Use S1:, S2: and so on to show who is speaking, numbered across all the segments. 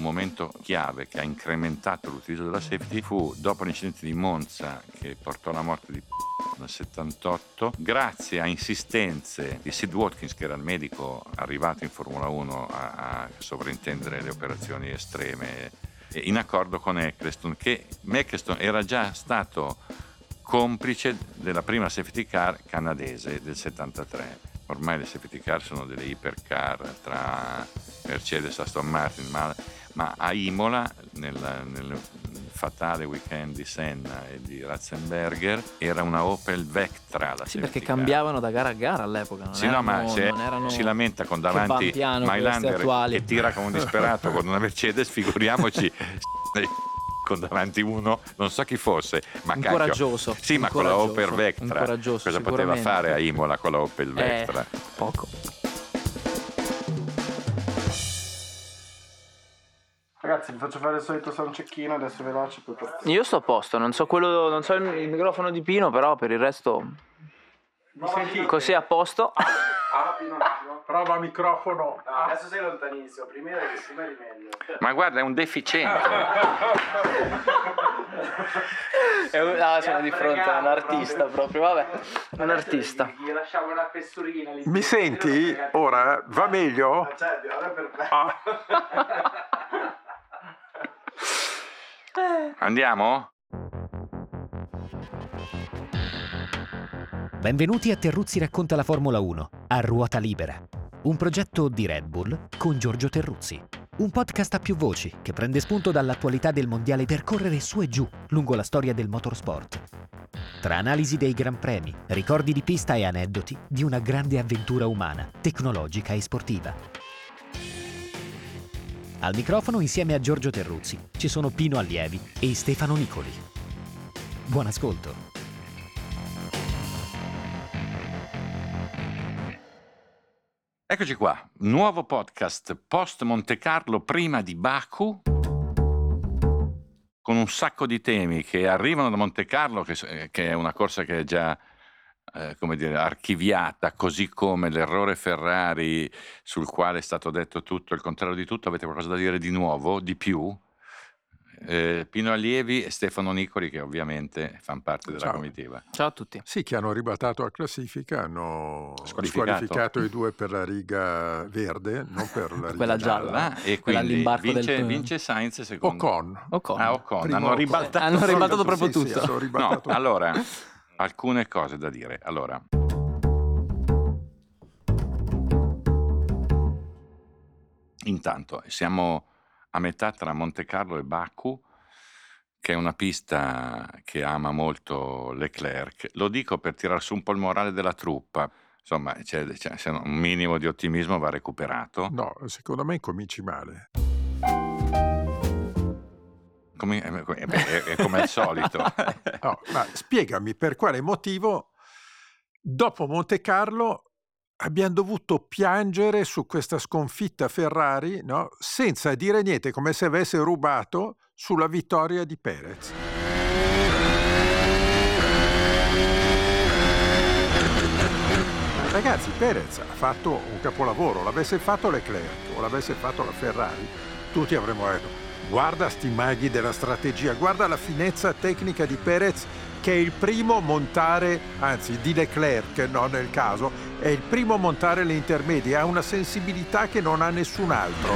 S1: momento chiave che ha incrementato l'utilizzo della safety fu dopo l'incidente di Monza che portò alla morte di nel 78, grazie a insistenze di Sid Watkins, che era il medico arrivato in Formula 1 a sovrintendere le operazioni estreme, in accordo con Eccleston, che Eccleston era già stato complice della prima safety car canadese del 73. Ormai le safety car sono delle hypercar tra Mercedes e Aston Martin, ma a Imola nel fatale weekend di Senna e di Ratzenberger era una Opel Vectra la
S2: Sì, perché
S1: safety car.
S2: cambiavano da gara a gara all'epoca.
S1: Sì, no, ma se si lamenta con davanti Mailander che tira come un disperato con una Mercedes, figuriamoci con davanti uno, non so chi fosse, ma
S2: coraggioso.
S1: Sì, ma con la Opel Vectra cosa poteva fare a Imola con la Opel Vectra?
S2: Poco.
S3: Ragazzi, vi faccio fare il solito soundcheckino adesso veloce.
S2: Io sto a posto, non so il microfono di Pino, però per il resto
S3: Mi sentite?
S2: così a posto.
S3: Prova microfono.
S4: No, adesso sei lontanissimo, prima eri meglio.
S1: Ma guarda, è un deficiente.
S2: Sono di fronte a un artista proprio, vabbè, un artista.
S4: Gli lasciamo una fessurina lì.
S3: Mi senti? Ora va meglio?
S4: Certo, ora è perfetto.
S1: Andiamo?
S5: Benvenuti a Terruzzi racconta la Formula 1, a ruota libera. Un progetto di Red Bull con Giorgio Terruzzi. Un podcast a più voci che prende spunto dall'attualità del mondiale per correre su e giù lungo la storia del motorsport. Tra analisi dei gran premi, ricordi di pista e aneddoti di una grande avventura umana, tecnologica e sportiva. Al microfono insieme a Giorgio Terruzzi ci sono Pino Allievi e Stefano Nicoli. Buon ascolto.
S1: Eccoci qua, nuovo podcast post Monte Carlo prima di Baku, con un sacco di temi che arrivano da Monte Carlo, che è una corsa che è già archiviata, così come l'errore Ferrari sul quale è stato detto tutto, il contrario di tutto. Avete qualcosa da dire di nuovo, di più? Pino Allievi e Stefano Nicoli, che ovviamente fanno parte della comitiva.
S2: Ciao a tutti.
S6: Sì, che hanno ribaltato la classifica, hanno squalificato i due per la riga verde, non per la riga
S2: quella gialla.
S1: E quindi vince Sainz secondo.
S6: Ocon.
S1: Hanno ribaltato.
S2: Proprio tutto.
S1: No, allora, alcune cose da dire. Allora, intanto siamo a metà tra Monte Carlo e Baku, che è una pista che ama molto Leclerc. Lo dico per tirare su un po' il morale della truppa. Insomma, se un minimo di ottimismo va recuperato.
S6: No, secondo me cominci male.
S1: È come al solito.
S6: No, ma spiegami per quale motivo dopo Monte Carlo abbiamo dovuto piangere su questa sconfitta Ferrari, no? Senza dire niente, come se avesse rubato sulla vittoria di Perez. Ragazzi, Perez ha fatto un capolavoro. L'avesse fatto Leclerc o l'avesse fatto la Ferrari, tutti avremmo detto: guarda sti maghi della strategia, guarda la finezza tecnica di Perez, che è il primo a montare, anzi di Leclerc, no, nel caso, è il primo a montare le intermedie, ha una sensibilità che non ha nessun altro.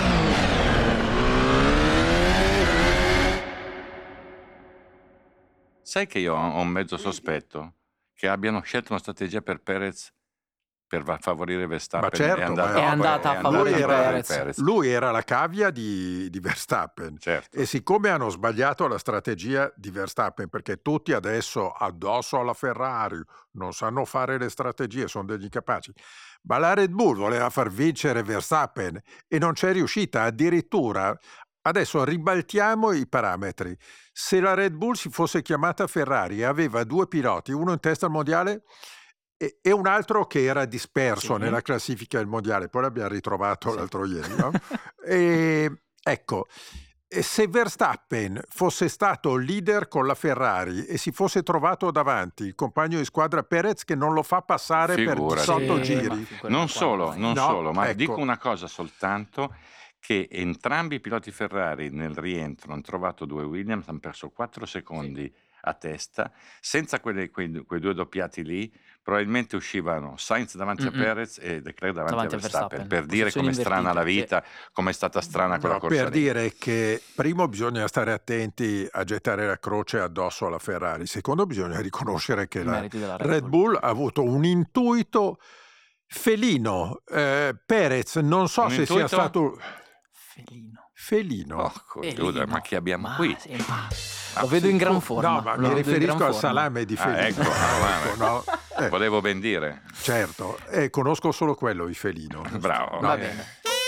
S1: Sai che io ho un mezzo sospetto che abbiano scelto una strategia per Perez per favorire Verstappen.
S6: Ma certo,
S2: è andata a favore di Perez.
S6: Lui era la cavia di Verstappen,
S1: certo.
S6: E siccome hanno sbagliato la strategia di Verstappen, perché tutti adesso addosso alla Ferrari non sanno fare le strategie, sono degli incapaci, ma la Red Bull voleva far vincere Verstappen e non c'è riuscita. Addirittura adesso ribaltiamo i parametri. Se la Red Bull si fosse chiamata Ferrari e aveva due piloti, uno in testa al mondiale e un altro che era disperso nella classifica del mondiale, poi l'abbiamo ritrovato l'altro ieri, no? E ecco, se Verstappen fosse stato leader con la Ferrari e si fosse trovato davanti il compagno di squadra Perez, che non lo fa passare per 18 giri.
S1: Non solo, ma ecco, dico una cosa soltanto, che entrambi i piloti Ferrari nel rientro hanno trovato 2 Williams, hanno perso 4 secondi a testa, senza quei 2 doppiati lì probabilmente uscivano Sainz davanti a Perez e Leclerc davanti a Verstappen, per dire com'è strana la vita, com'è stata strana quella corsa
S6: per
S1: lì.
S6: dire che primo bisogna stare attenti a gettare la croce addosso alla Ferrari, secondo bisogna riconoscere che la Red Bull ha avuto un intuito felino. Perez non so se sia stato felino.
S1: Ma chi abbiamo qui?
S2: Lo vedo in gran forma.
S6: No, ma mi riferisco al salame di felino.
S1: Ecco, volevo ben dire.
S6: Certo, conosco solo quello, il felino.
S1: Bravo.
S2: Va bene.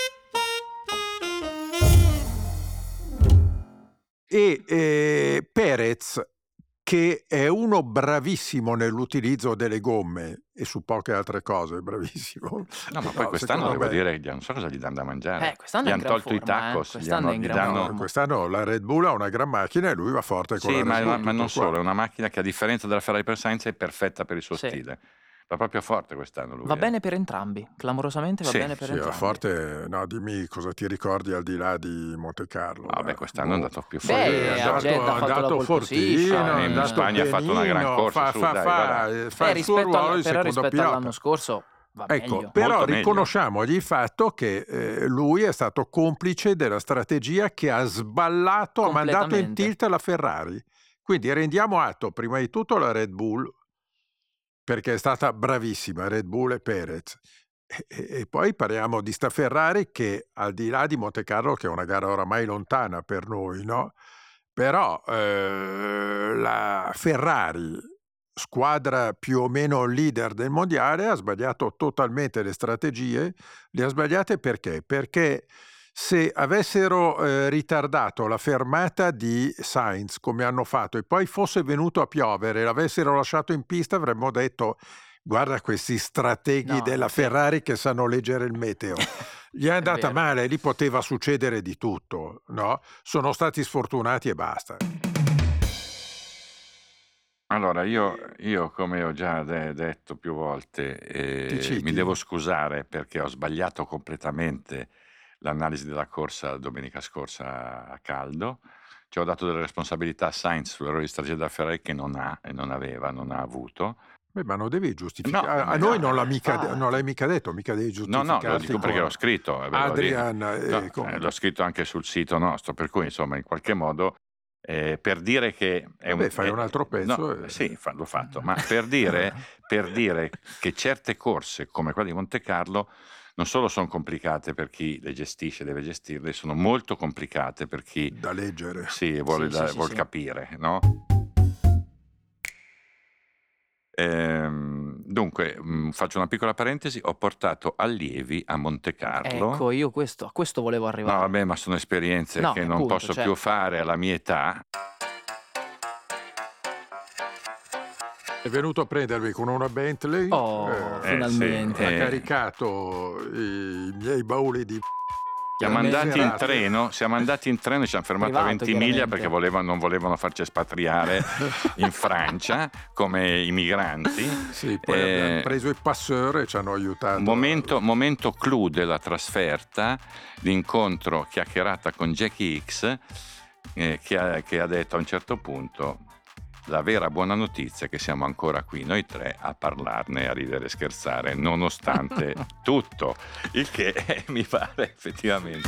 S6: E Perez, che è uno bravissimo nell'utilizzo delle gomme e su poche altre cose, bravissimo.
S1: No, ma poi quest'anno devo dire che non so cosa gli danno da mangiare.
S2: Quest'anno
S1: gli
S2: è
S1: hanno
S2: in gran
S1: tolto i
S2: forma,
S1: tacos.
S2: Quest'anno è in gran forma.
S6: Quest'anno la Red Bull ha una gran macchina e lui va forte con la Red Bull.
S1: Ma non solo, è una macchina che a differenza della Ferrari per Sainz è perfetta per il suo stile. Va proprio forte quest'anno lui.
S2: Va bene per entrambi, clamorosamente va bene per entrambi.
S6: Va forte. No, dimmi cosa ti ricordi al di là di Monte Carlo.
S1: Vabbè, quest'anno è andato più forte.
S2: È andato
S6: fortissimo.
S1: In Spagna ha fatto una gran corsa.
S6: Fa il suo ruolo di secondo
S2: rispetto
S6: pilota.
S2: all'anno scorso va meglio.
S6: Però
S1: molto
S6: riconosciamogli il fatto che lui è stato complice della strategia che ha sballato, ha mandato in tilt la Ferrari. Quindi rendiamo atto prima di tutto alla Red Bull, perché è stata bravissima Red Bull e Perez, e poi parliamo di sta Ferrari che al di là di Monte Carlo, che è una gara oramai lontana per noi, no? Però la Ferrari, squadra più o meno leader del mondiale, ha sbagliato totalmente le strategie. Le ha sbagliate perché? Perché se avessero ritardato la fermata di Sainz come hanno fatto e poi fosse venuto a piovere e l'avessero lasciato in pista, avremmo detto: guarda questi strateghi della Ferrari che sanno leggere il meteo. Gli è andata male, lì poteva succedere di tutto, no? Sono stati sfortunati e basta.
S1: Allora, io come ho già detto più volte, mi devo scusare perché ho sbagliato completamente l'analisi della corsa domenica scorsa a caldo. Ci ho dato delle responsabilità a Sainz sull'errore di strategia della Ferrari che non ha avuto.
S6: Beh, ma non devi giustificare. A noi non l'hai mica detto, mica devi giustificare.
S1: No, lo dico perché l'ho scritto.
S6: Adrian,
S1: l'ho scritto anche sul sito nostro, per cui insomma in qualche modo per dire che
S6: fai un altro pezzo.
S1: Sì, l'ho fatto, ma per dire che certe corse come quella di Monte Carlo non solo sono complicate per chi le gestisce, deve gestirle, sono molto complicate per chi
S6: da leggere.
S1: Sì, vuol capire, no? Dunque, faccio una piccola parentesi, ho portato allievi a Monte Carlo.
S2: Ecco, io a questo volevo arrivare.
S1: No, vabbè, ma sono esperienze che non posso più fare alla mia età.
S6: È venuto a prendermi con una Bentley.
S2: Finalmente.
S6: Ha caricato i miei bauli di...
S1: Siamo andati in treno e ci hanno fermato a Ventimiglia perché non volevano farci espatriare in Francia come i migranti.
S6: Sì, poi abbiamo preso i passeur e ci hanno aiutato.
S1: Momento clou della trasferta, l'incontro chiacchierata con Jackie X, che ha detto a un certo punto: la vera buona notizia è che siamo ancora qui noi tre a parlarne, a ridere e scherzare, nonostante tutto, il che mi pare effettivamente.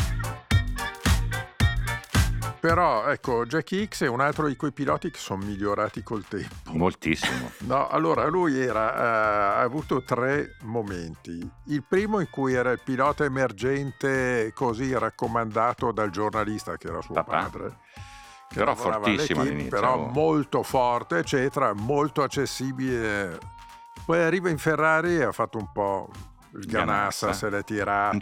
S6: Però ecco, Jackie X è un altro di quei piloti che sono migliorati col tempo.
S1: Moltissimo.
S6: No, allora lui ha avuto 3 momenti. Il primo in cui era il pilota emergente così raccomandato dal giornalista che era suo padre.
S1: Però fortissimo all'inizio.
S6: Però molto forte, eccetera, molto accessibile. Poi arriva in Ferrari e ha fatto un po' il Ganassa, se l'è tirato.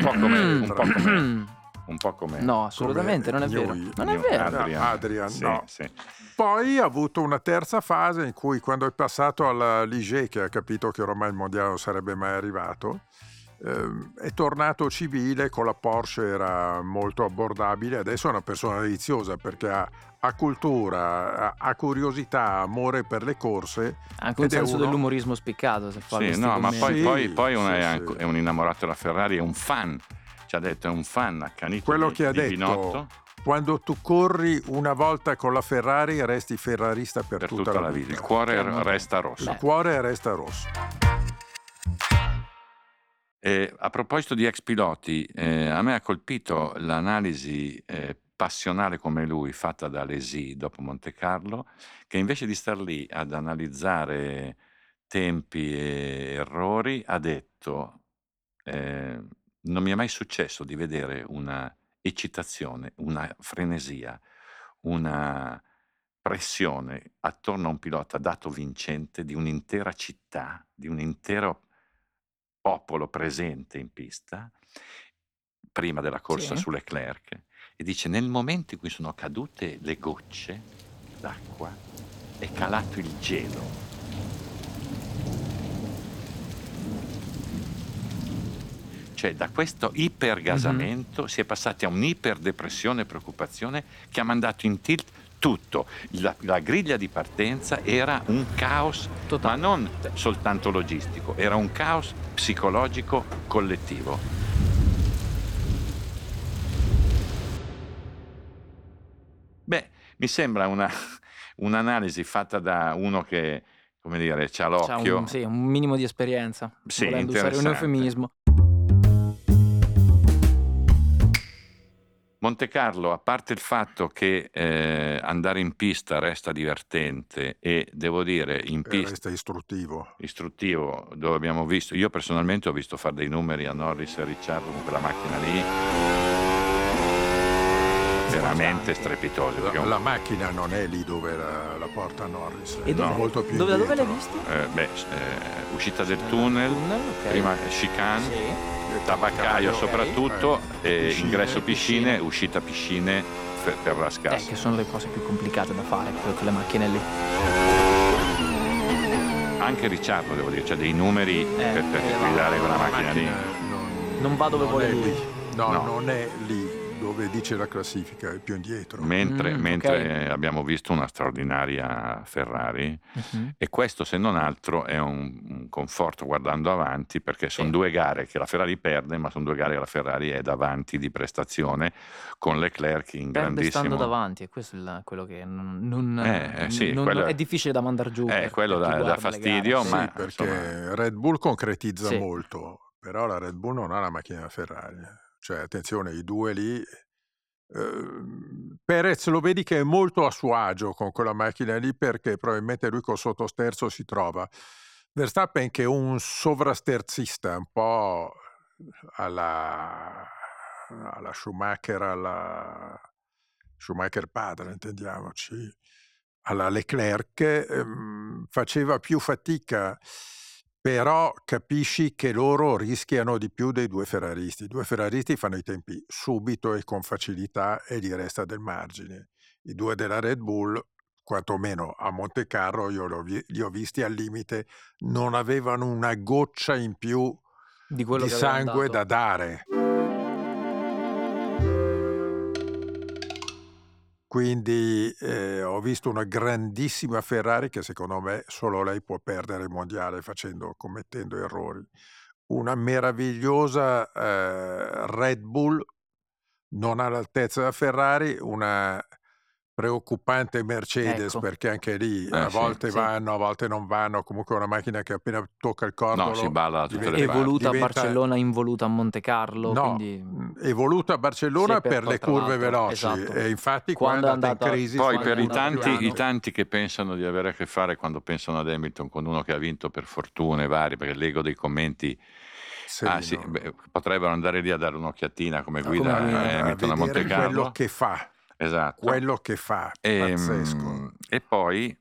S1: Un po' come...
S2: No, assolutamente, non è vero. Non è vero.
S6: Adrian,
S1: sì,
S6: no.
S1: Sì.
S6: Poi ha avuto una terza fase in cui, quando è passato alla Ligier, che ha capito che ormai il mondiale non sarebbe mai arrivato, è tornato civile, con la Porsche era molto abbordabile. Adesso è una persona deliziosa perché ha cultura, ha curiosità, amore per le corse,
S2: anche un senso dell'umorismo spiccato, se fa
S1: ma poi è un innamorato della Ferrari, è un fan ci ha detto è un fan accanito
S6: Quello
S1: di,
S6: che ha
S1: di
S6: detto,
S1: Binotto
S6: quando tu corri una volta con la Ferrari resti ferrarista per tutta la vita.
S1: Il cuore resta rosso.
S6: Il cuore resta rosso.
S1: A proposito di ex piloti, a me ha colpito l'analisi passionale come lui fatta da Alesi dopo Monte Carlo, che invece di star lì ad analizzare tempi e errori ha detto non mi è mai successo di vedere una eccitazione, una frenesia, una pressione attorno a un pilota dato vincente di un'intera città, di un intero popolo presente in pista prima della corsa
S2: Sì.
S1: su Leclerc, e dice nel momento in cui sono cadute le gocce d'acqua è calato il gelo. Cioè da questo ipergasamento si è passati a un'iperdepressione e preoccupazione che ha mandato in tilt tutto. La griglia di partenza era un caos,
S2: Totale.
S1: ma non soltanto logistico, era un caos psicologico collettivo. Beh, mi sembra un'analisi fatta da uno che, come dire, c'ha l'occhio.
S2: C'ha un minimo di esperienza,
S1: Sì,
S2: volendo usare un
S1: interessante.
S2: eufemismo.
S1: Monte Carlo, a parte il fatto che andare in pista resta divertente e devo dire in pista
S6: Resta
S1: istruttivo, dove abbiamo visto, io personalmente ho visto fare dei numeri a Norris e Ricciardo con quella macchina lì veramente strepitosi.
S6: La macchina non è lì dove la porta Norris,
S2: E
S6: è
S2: dove,
S6: molto più
S2: dove
S6: indietro.
S2: l'hai visto?
S1: Uscita del tunnel,
S2: ok.
S1: prima chicane,
S2: Sì.
S1: tabaccaio
S2: ok.
S1: soprattutto, e
S6: Piscine.
S1: ingresso piscine, uscita piscine per rascarsi.
S2: Che sono le cose più complicate da fare, quelle macchine lì.
S1: Anche Ricciardo, devo dire, c'ha dei numeri per guidare quella macchina lì.
S2: Non va dove vuole
S6: è
S2: lui.
S6: lì. No,
S1: No.
S6: non è lì dove dice la classifica, è più indietro.
S1: Mentre
S2: ok.
S1: abbiamo visto una straordinaria Ferrari, e questo se non altro è un conforto guardando avanti, perché sono due gare che la Ferrari perde, ma sono due gare che la Ferrari è davanti di prestazione, con Leclerc in
S2: Perde
S1: grandissimo.
S2: stando davanti, e questo è quello che
S1: sì,
S2: non-
S1: quello
S2: è difficile da mandare giù.
S1: quello
S2: per chi
S1: dà
S2: guarda le
S1: fastidio,
S2: gare.
S1: ma
S6: Sì, perché
S1: insomma,
S6: Red Bull concretizza
S2: Sì.
S6: molto, però la Red Bull non ha la macchina da Ferrari. Cioè, attenzione, i due lì. Perez lo vedi che è molto a suo agio con quella macchina lì, perché probabilmente lui col sottosterzo si trova. Verstappen, che è un sovrasterzista, un po' alla Schumacher padre, intendiamoci, alla Leclerc, faceva più fatica, però capisci che loro rischiano di più dei due ferraristi. I due ferraristi fanno i tempi subito e con facilità e gli resta del margine. I due della Red Bull, quantomeno a Monte Carlo, io li ho visti al limite, non avevano una goccia in più
S2: Di quello
S6: di
S2: che avevano
S6: sangue
S2: dato.
S6: da dare. Quindi ho visto una grandissima Ferrari che secondo me solo lei può perdere il mondiale commettendo errori. Una meravigliosa Red Bull non all'altezza della Ferrari, una preoccupante Mercedes,
S2: Ecco.
S6: perché anche lì a
S1: sì,
S6: volte
S2: sì.
S6: vanno, a volte non vanno, comunque è una macchina che appena tocca il cordolo
S1: no, si balla da tutte le parti.
S2: Evoluta a
S6: diventa-
S2: Barcellona, involuta a Monte Carlo,
S6: No,
S2: quindi
S6: evoluta a Barcellona
S2: Sì,
S6: per le
S2: tra
S6: curve
S2: l'altro,
S6: veloci,
S2: esatto.
S6: e infatti
S2: Quando
S6: qua è
S2: è
S6: andata in
S2: andata-
S6: crisi.
S1: Poi
S2: quando
S1: per
S2: è
S1: i
S2: andato piano.
S1: tanti che pensano di avere a che fare quando pensano ad Hamilton con uno che ha vinto per fortune varie, perché leggo dei commenti,
S6: Sì, no.
S1: potrebbero andare lì a dare un'occhiatina come guida
S2: come guida,
S1: Hamilton a Monte
S6: vedere
S1: Carlo.
S6: quello che fa,
S1: Esatto.
S6: pazzesco.
S1: E poi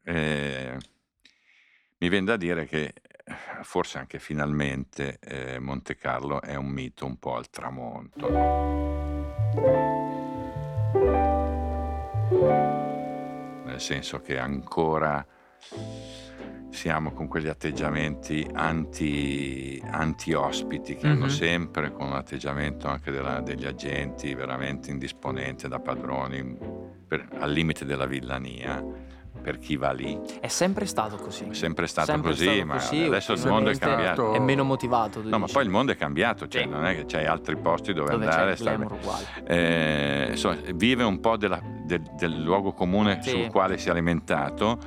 S1: mi viene da dire che forse anche finalmente Monte Carlo è un mito un po' al tramonto. Nel senso che ancora siamo con quegli atteggiamenti anti-ospiti che hanno sempre, con un atteggiamento anche degli agenti veramente indisponenti da padroni, al limite della villania, per chi va lì.
S2: È sempre stato così.
S1: È sempre stato
S2: Sempre
S1: così,
S2: stato
S1: ma
S2: così,
S1: adesso il mondo è
S2: ultimamente
S1: cambiato.
S2: È meno motivato. tu
S1: No, ma
S2: dici.
S1: poi il mondo è cambiato, cioè
S2: Sì.
S1: non è che c'hai altri posti dove
S2: Dove
S1: andare.
S2: c'è il glamour uguale.
S1: Insomma, vive un po' del luogo comune
S2: Sì.
S1: sul quale si è alimentato.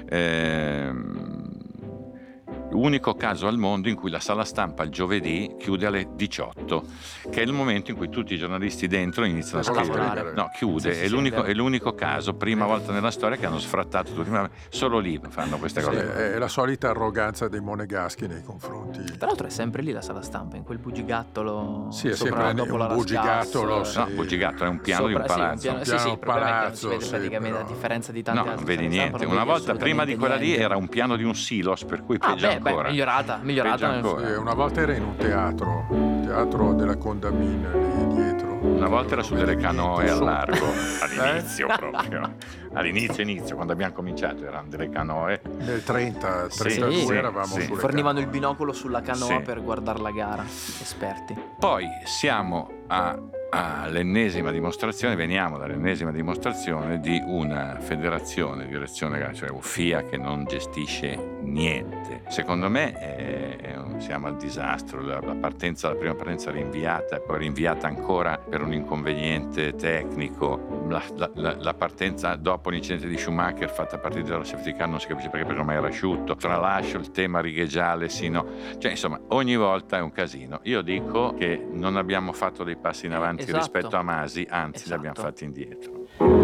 S1: Unico caso al mondo in cui la sala stampa il giovedì chiude alle 18, che è il momento in cui tutti i giornalisti dentro iniziano a
S2: A
S1: scrivere.
S2: lavorare.
S1: No, chiude,
S2: Sì,
S1: è,
S2: sì,
S1: l'unico,
S2: vero.
S1: è l'unico caso, prima volta nella storia, che hanno sfrattato tutti. Solo lì fanno queste
S6: Sì,
S1: cose.
S6: è la solita arroganza dei monegaschi nei confronti.
S2: Tra l'altro è sempre lì la sala stampa, in quel bugigattolo.
S6: Sì, è
S2: sopra,
S6: sempre
S2: dopo la
S6: un bugigattolo,
S2: Rascasso,
S6: sì.
S1: No, Bugigatto è un piano di un
S2: sopra-
S1: palazzo.
S2: Sì, un piano, sì,
S6: piano
S2: sì, il problema è che non si
S6: palazzo,
S2: vede
S6: sì,
S2: praticamente,
S6: però-
S2: a differenza di tante
S1: No,
S2: altre
S1: non vedi
S2: sale stampa,
S1: niente.
S2: non
S1: Una
S2: vedi
S1: volta prima di
S2: assolutamente
S1: quella lì
S2: niente.
S1: era un piano di un silos, per cui peggio
S2: Beh,
S1: ancora.
S2: migliorata
S1: Peggio
S2: nel-
S1: ancora.
S6: Sì, una volta era in un teatro della Condamine lì dietro.
S1: Una volta era su delle canoe al largo,
S6: Eh?
S1: all'inizio proprio. All'inizio, quando abbiamo cominciato, erano delle canoe.
S6: Nel 32
S1: sì,
S6: eravamo
S1: sì.
S6: sulle
S2: Fornivano il
S6: canoe.
S2: binocolo sulla canoa
S1: Sì.
S2: per guardare la gara, esperti.
S1: Poi siamo all'ennesima dimostrazione, veniamo dall'ennesima dimostrazione di una federazione di direzione, cioè UFIA, che non gestisce niente. Secondo me siamo al disastro. La prima partenza rinviata e poi rinviata ancora per un inconveniente tecnico. La partenza dopo l'incidente di Schumacher, fatta partire dalla safety car, non si capisce perché ormai era asciutto. Tralascio il tema righe gialle, sì, no. Cioè, insomma, ogni volta è un casino. Io dico che non abbiamo fatto dei passi in avanti
S2: Esatto.
S1: rispetto a Masi, anzi li abbiamo
S2: Esatto.
S1: fatti indietro.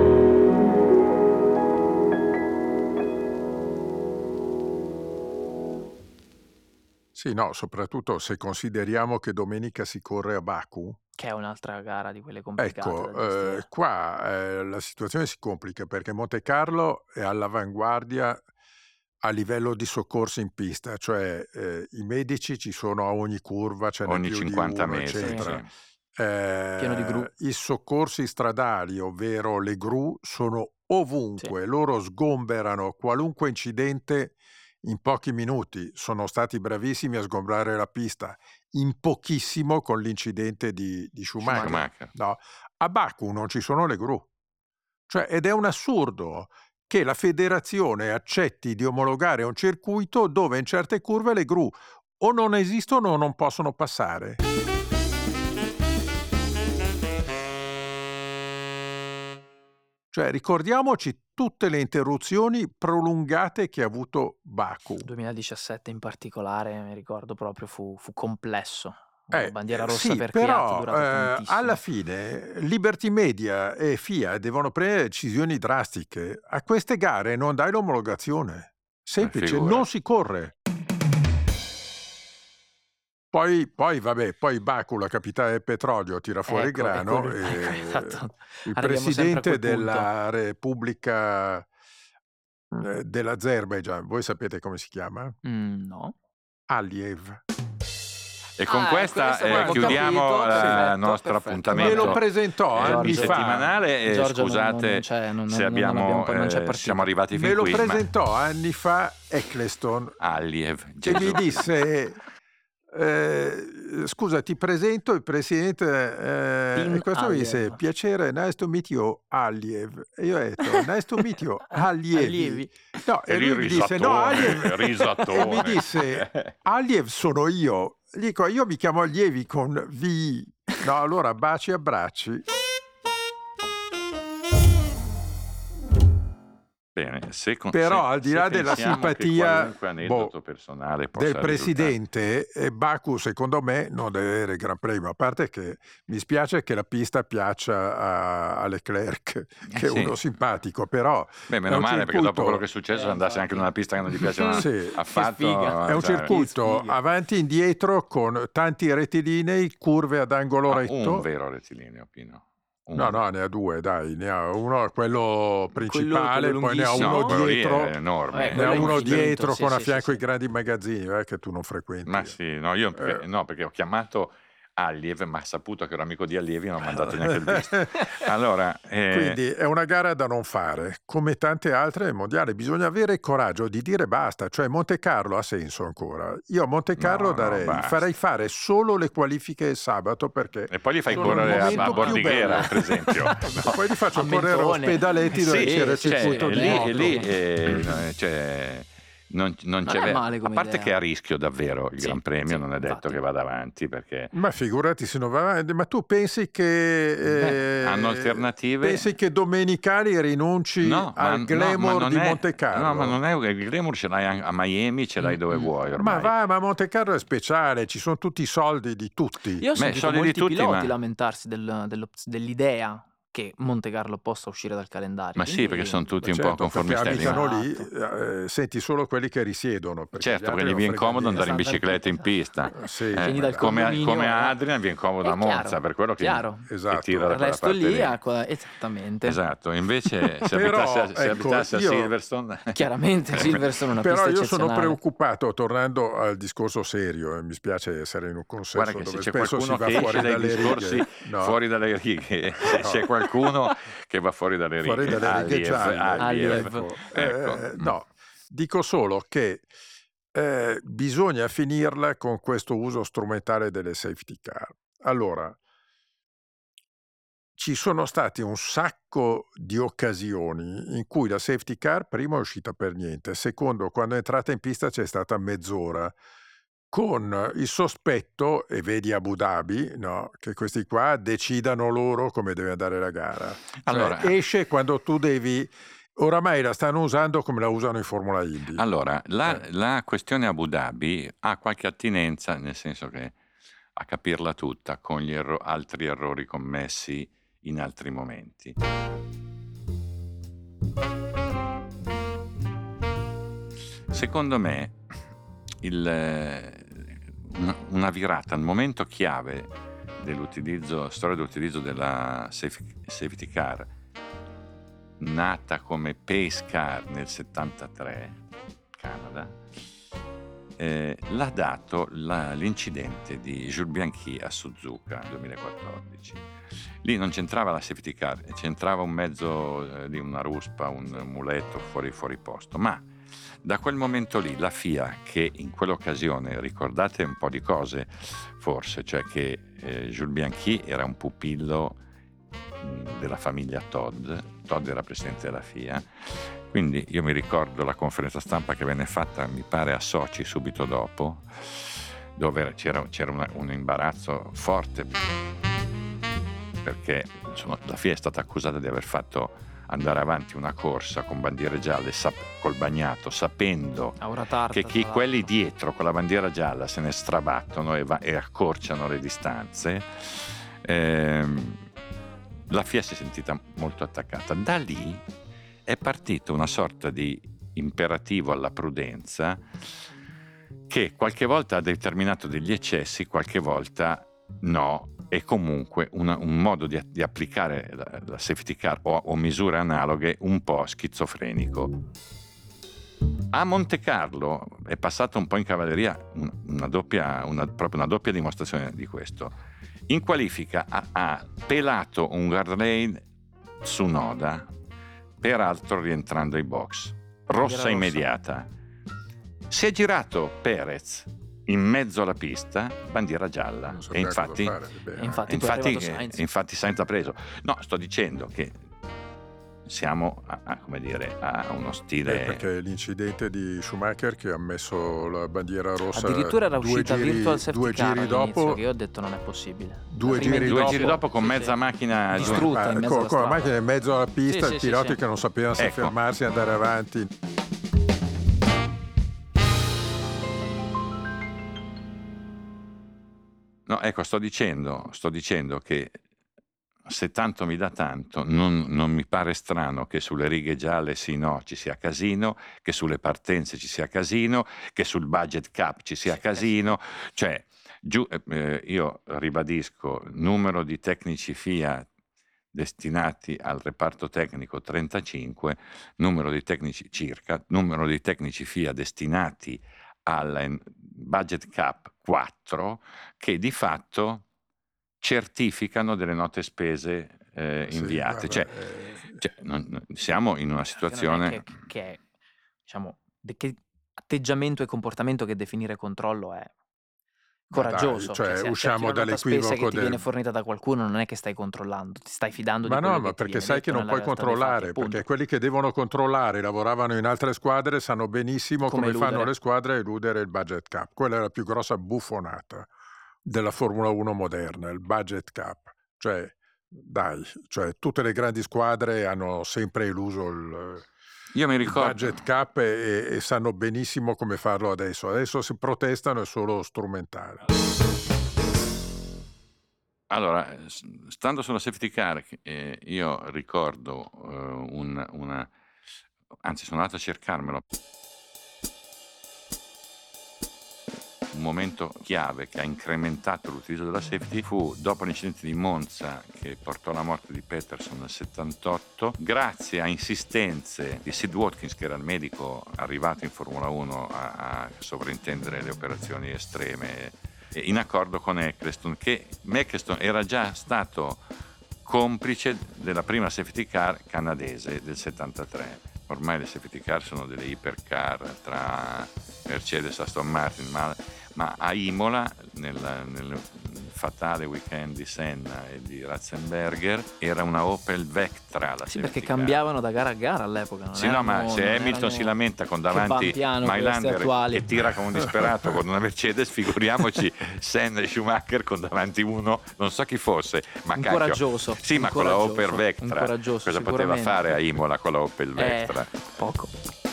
S6: Sì, no, soprattutto se consideriamo che domenica si corre a Baku.
S2: Che è un'altra gara di quelle complicate
S6: Ecco,
S2: da gestire.
S6: qua la situazione si complica perché Monte Carlo è all'avanguardia a livello di soccorsi in pista, cioè i medici ci sono a ogni curva, ce n'è
S1: Ogni
S6: più
S1: 50
S6: di uno,
S1: metri.
S6: eccetera.
S1: Sì.
S2: Pieno di gru.
S6: I soccorsi stradali, ovvero le gru, sono ovunque, loro sgomberano qualunque incidente in pochi minuti. Sono stati bravissimi a sgombrare la pista in pochissimo con l'incidente di Schumacher.
S1: Schumacher.
S6: No, a Baku non ci sono le gru. Cioè, ed è un assurdo che la federazione accetti di omologare un circuito dove in certe curve le gru o non esistono o non possono passare. Cioè, ricordiamoci tutte le interruzioni prolungate che ha avuto Baku.
S2: 2017 in particolare, mi ricordo proprio, fu complesso. Una bandiera rossa
S6: sì,
S2: per
S6: però
S2: Kvyat durata tantissimo.
S6: alla fine Liberty Media e FIA devono prendere decisioni drastiche. A queste gare non dai l'omologazione. Semplice,
S1: figurati.
S6: non si corre. Poi vabbè, poi Baku, la capitale del petrolio, tira fuori
S2: Ecco,
S6: il grano
S2: ecco,
S6: e
S2: esatto.
S6: il
S2: Arriviamo sempre a
S6: presidente
S2: quel
S6: della Repubblica dell'Azerbaijan, voi sapete come si chiama?
S2: No.
S6: Aliyev.
S1: E con questa
S2: questo avevo
S1: chiudiamo
S2: capito,
S1: il
S2: perfetto,
S1: nostro
S2: perfetto.
S1: appuntamento.
S6: Me lo presentò anni
S2: Giorgio.
S6: fa.
S1: Settimanale.
S2: Giorgio
S1: Scusate
S2: non c'è, non
S1: se
S2: abbiamo non c'è partito.
S1: siamo arrivati fin
S6: Me lo
S1: qui.
S6: presentò anni fa Eccleston
S1: Aliev,
S6: che mi disse scusa, ti presento il presidente
S2: Tim
S6: e questo mi disse
S2: Aliyev.
S6: piacere, nice to meet you Aliyev, e io ho detto nice to meet you Alievi.
S2: Allievi.
S6: No, e lui mi disse no Aliev, e mi disse Aliev sono io. Gli dico io mi chiamo Allievi con V. No, allora baci e abbracci.
S1: Bene,
S6: Però al di là della simpatia
S1: qualunque aneddoto personale possa
S6: del presidente, Baku secondo me non deve avere il Gran Premio, a parte che mi spiace che la pista piaccia a Leclerc, che è
S1: sì.
S6: uno simpatico, però
S1: Beh,
S6: è
S1: meno
S6: un
S1: male, perché dopo
S6: circuito-
S1: quello che è successo andasse anche in una pista che non gli piaceva
S6: Sì.
S1: affatto.
S2: sfiga.
S6: è un
S1: cioè,
S6: circuito
S2: sfiga.
S6: avanti e indietro con tanti rettilinei, curve ad angolo
S1: un
S6: retto.
S1: vero rettilineo, Pino.
S6: No, ne ha due, dai, ne ha uno quello principale,
S2: quello
S6: poi ne ha
S2: lunghissimo.
S6: uno
S1: quello lì
S6: dietro.
S1: è enorme.
S6: Ne ha
S2: quello è
S6: uno
S2: infinito,
S6: dietro
S2: sì,
S6: con a
S2: sì,
S6: fianco
S2: sì,
S6: i grandi magazzini, che tu non frequenti.
S1: Ma sì, no, io no, perché ho chiamato Aliev, ma saputo che ero amico di Allievi non ho mandato neanche il visto. Allora,
S6: Quindi è una gara da non fare, come tante altre mondiali. Bisogna avere il coraggio di dire basta. Cioè Monte Carlo ha senso ancora. Io a Monte Carlo
S1: basta.
S6: farei fare solo le qualifiche il sabato, perché
S1: E poi li fai
S6: sono il
S1: correre
S6: momento
S1: a
S6: più
S1: Bordighera,
S6: bello.
S1: per esempio. No.
S6: Poi li faccio
S2: A
S6: correre
S2: Mentone.
S6: ospedaletti dove
S1: Sì,
S6: c'era il
S1: cioè,
S6: circuito di moto.
S1: lì cioè, non
S2: è
S1: c'è
S2: male
S1: a
S2: come
S1: parte
S2: idea.
S1: che è a rischio davvero il
S2: Sì,
S1: Gran Premio,
S2: sì,
S1: non è detto
S2: infatti.
S1: che vada avanti, perché
S6: Ma figurati se non va avanti. Ma tu pensi che
S1: hanno alternative.
S6: pensi che Domenicali rinunci al glamour di Monte Carlo?
S1: No, ma non è il glamour, ce l'hai a Miami, ce l'hai dove vuoi ormai.
S6: Ma Monte Carlo è speciale, ci sono tutti i soldi di tutti.
S2: Io ho sentito
S1: soldi di
S2: molti
S1: tutti,
S2: piloti
S1: ma-
S2: lamentarsi dell'idea che Monte Carlo possa uscire dal calendario.
S1: Ma sì,
S2: quindi-
S1: perché sono tutti
S6: Ma
S1: un
S6: certo,
S1: po' conformistelli.
S6: perché
S1: ma-
S6: abitano lì, senti solo quelli che risiedono. Perché
S1: Certo,
S6: gli altri
S1: perché gli
S6: non
S1: viene
S6: frega
S1: comodo andare in
S6: niente.
S1: bicicletta in pista.
S6: Sì,
S2: Quindi dal
S1: come
S2: condominio,
S1: a Adrian viene comodo a
S2: È chiaro,
S1: Monza, per quello che
S2: chiaro.
S6: Esatto.
S1: tira da
S2: Il
S1: quella
S2: resto
S1: parte
S2: lì,
S1: lì.
S2: esattamente.
S1: Esatto, invece se
S6: Però,
S1: abitasse a
S6: io-
S1: Silverstone
S2: Chiaramente Silverstone è una
S6: Però
S2: pista
S6: io sono
S2: eccezionale.
S6: preoccupato, tornando al discorso serio, e mi spiace essere in un consesso
S1: Guarda che
S6: dove
S1: se c'è
S6: spesso si
S1: qualcuno
S6: va
S1: che
S6: fuori
S1: esce dai
S6: dalle
S1: discorsi
S6: righe. No.
S1: fuori dalle righe, se c'è qualcuno che va fuori dalle righe,
S6: Fuori dalle righe gialle.
S2: Aliev.
S1: Ecco.
S6: No, dico solo che bisogna finirla con questo uso strumentale delle safety car. Allora, ci sono stati un sacco di occasioni in cui la safety car, primo, è uscita per niente, secondo, quando è entrata in pista c'è stata mezz'ora, con il sospetto, e vedi Abu Dhabi, no, che questi qua decidano loro come deve andare la gara. Cioè,
S1: Allora-
S6: esce quando tu devi. Oramai la stanno usando come la usano in Formula Indy.
S1: Allora, la questione Abu Dhabi ha qualche attinenza, nel senso che, a capirla tutta, con gli altri errori commessi in altri momenti. Secondo me, una virata, il momento chiave storia dell'utilizzo della safety car, nata come pace car nel 73, Canada, l'ha dato l'incidente di Jules Bianchi a Suzuka nel 2014. Lì non c'entrava la safety car, c'entrava un mezzo di una ruspa, un muletto fuori posto, ma da quel momento lì la FIA, che in quell'occasione, ricordate un po' di cose forse, cioè che Jules Bianchi era un pupillo della famiglia Todd era presidente della FIA, quindi io mi ricordo la conferenza stampa che venne fatta, mi pare a Sochi subito dopo, dove c'era un imbarazzo forte, perché la FIA è stata accusata di aver fatto andare avanti una corsa con bandiere gialle col bagnato, sapendo
S2: A ora tarda,
S1: che
S2: tra l'altro.
S1: quelli dietro con la bandiera gialla se ne strabattono e accorciano le distanze. La FIA si è sentita molto attaccata. Da lì è partita una sorta di imperativo alla prudenza che qualche volta ha determinato degli eccessi, qualche volta no, e comunque un modo di applicare la safety car o misure analoghe un po' schizofrenico. A Monte Carlo è passata un po' in cavalleria proprio una doppia dimostrazione di questo. In qualifica ha pelato un guardrail Tsunoda, peraltro rientrando ai box, rossa immediata. Si è girato Perez in mezzo alla pista, bandiera gialla,
S6: Non
S1: e
S6: sapeva
S1: infatti
S6: cosa fare, bene.
S2: Infatti poi è arrivato Sainz.
S1: infatti Sainz ha preso. No, sto dicendo che siamo a uno stile.
S6: Perché l'incidente di Schumacher, che ha messo la bandiera rossa
S2: Addirittura era
S6: due
S2: uscita
S6: giri-
S2: virtual safety
S6: due
S2: car
S6: giri
S2: all'inizio,
S6: dopo,
S2: che io ho detto non è possibile.
S6: Due
S2: Prima
S6: giri
S2: di-
S1: Due
S6: dopo-
S1: giri dopo con
S2: Sì,
S1: mezza
S2: sì.
S1: macchina
S2: Distrutta in mezzo alla
S6: con la
S2: strada.
S6: macchina in mezzo alla pista,
S2: Sì,
S6: i
S2: sì,
S6: piloti
S2: sì.
S6: che non sapevano se
S1: Ecco.
S6: fermarsi e andare avanti.
S1: No, ecco, sto dicendo che se tanto mi dà tanto, non mi pare strano che sulle righe gialle sì no ci sia casino, che sulle partenze ci sia casino, che sul budget cap ci sia casino, cioè io ribadisco, numero di tecnici FIA destinati al reparto tecnico 35, numero di tecnici FIA destinati al budget cap 4, che di fatto certificano delle note spese inviate.
S6: Sì,
S1: Siamo in una
S2: Non
S1: situazione...
S2: è che diciamo, che atteggiamento e comportamento che definire controllo è
S6: Ma dai,
S2: coraggioso.
S6: cioè,
S2: se
S6: usciamo
S2: cerchi una nota spesa che
S6: dall'equivoco
S2: ti
S6: del...
S2: viene fornita da qualcuno, non è che stai controllando, ti stai fidando
S6: Ma
S2: di quello
S6: no, ma
S2: che ti
S6: perché
S2: viene
S6: sai che
S2: detto
S6: non
S2: nella
S6: puoi
S2: realtà dei fatti,
S6: controllare,
S2: appunto.
S6: perché quelli che devono controllare lavoravano in altre squadre, sanno benissimo
S2: Come
S6: come fanno
S2: eludere.
S6: le squadre a eludere il budget cap. Quella è la più grossa buffonata della Formula 1 moderna, il budget cap. Cioè, dai, cioè, tutte le grandi squadre hanno sempre eluso
S1: Io mi
S6: il
S1: ricordo...
S6: budget cap e sanno benissimo come farlo adesso. Adesso se protestano è solo strumentale.
S1: Allora, stando sulla safety car, io ricordo anzi sono andato a cercarmelo, un momento chiave che ha incrementato l'utilizzo della safety fu dopo l'incidente di Monza che portò alla morte di Peterson nel 78, grazie a insistenze di Sid Watkins, che era il medico arrivato in Formula 1 a sovrintendere le operazioni estreme, in accordo con Eccleston, che Eccleston era già stato complice della prima safety car canadese del 73. Ormai le safety car sono delle hypercar tra Mercedes e Aston Martin, ma a Imola nel fatale weekend di Senna e di Ratzenberger era una Opel Vectra la
S2: Sì,
S1: safety
S2: perché
S1: car.
S2: cambiavano da gara a gara all'epoca.
S1: Sì, no, ma se Hamilton si lamenta con davanti Mailander e tira come un disperato con una Mercedes, figuriamoci Senna e Schumacher con davanti uno, non so chi fosse, ma
S2: incoraggioso.
S1: cacchio. Sì, ma con la Opel Vectra cosa poteva fare a Imola con la Opel Vectra?
S2: Poco.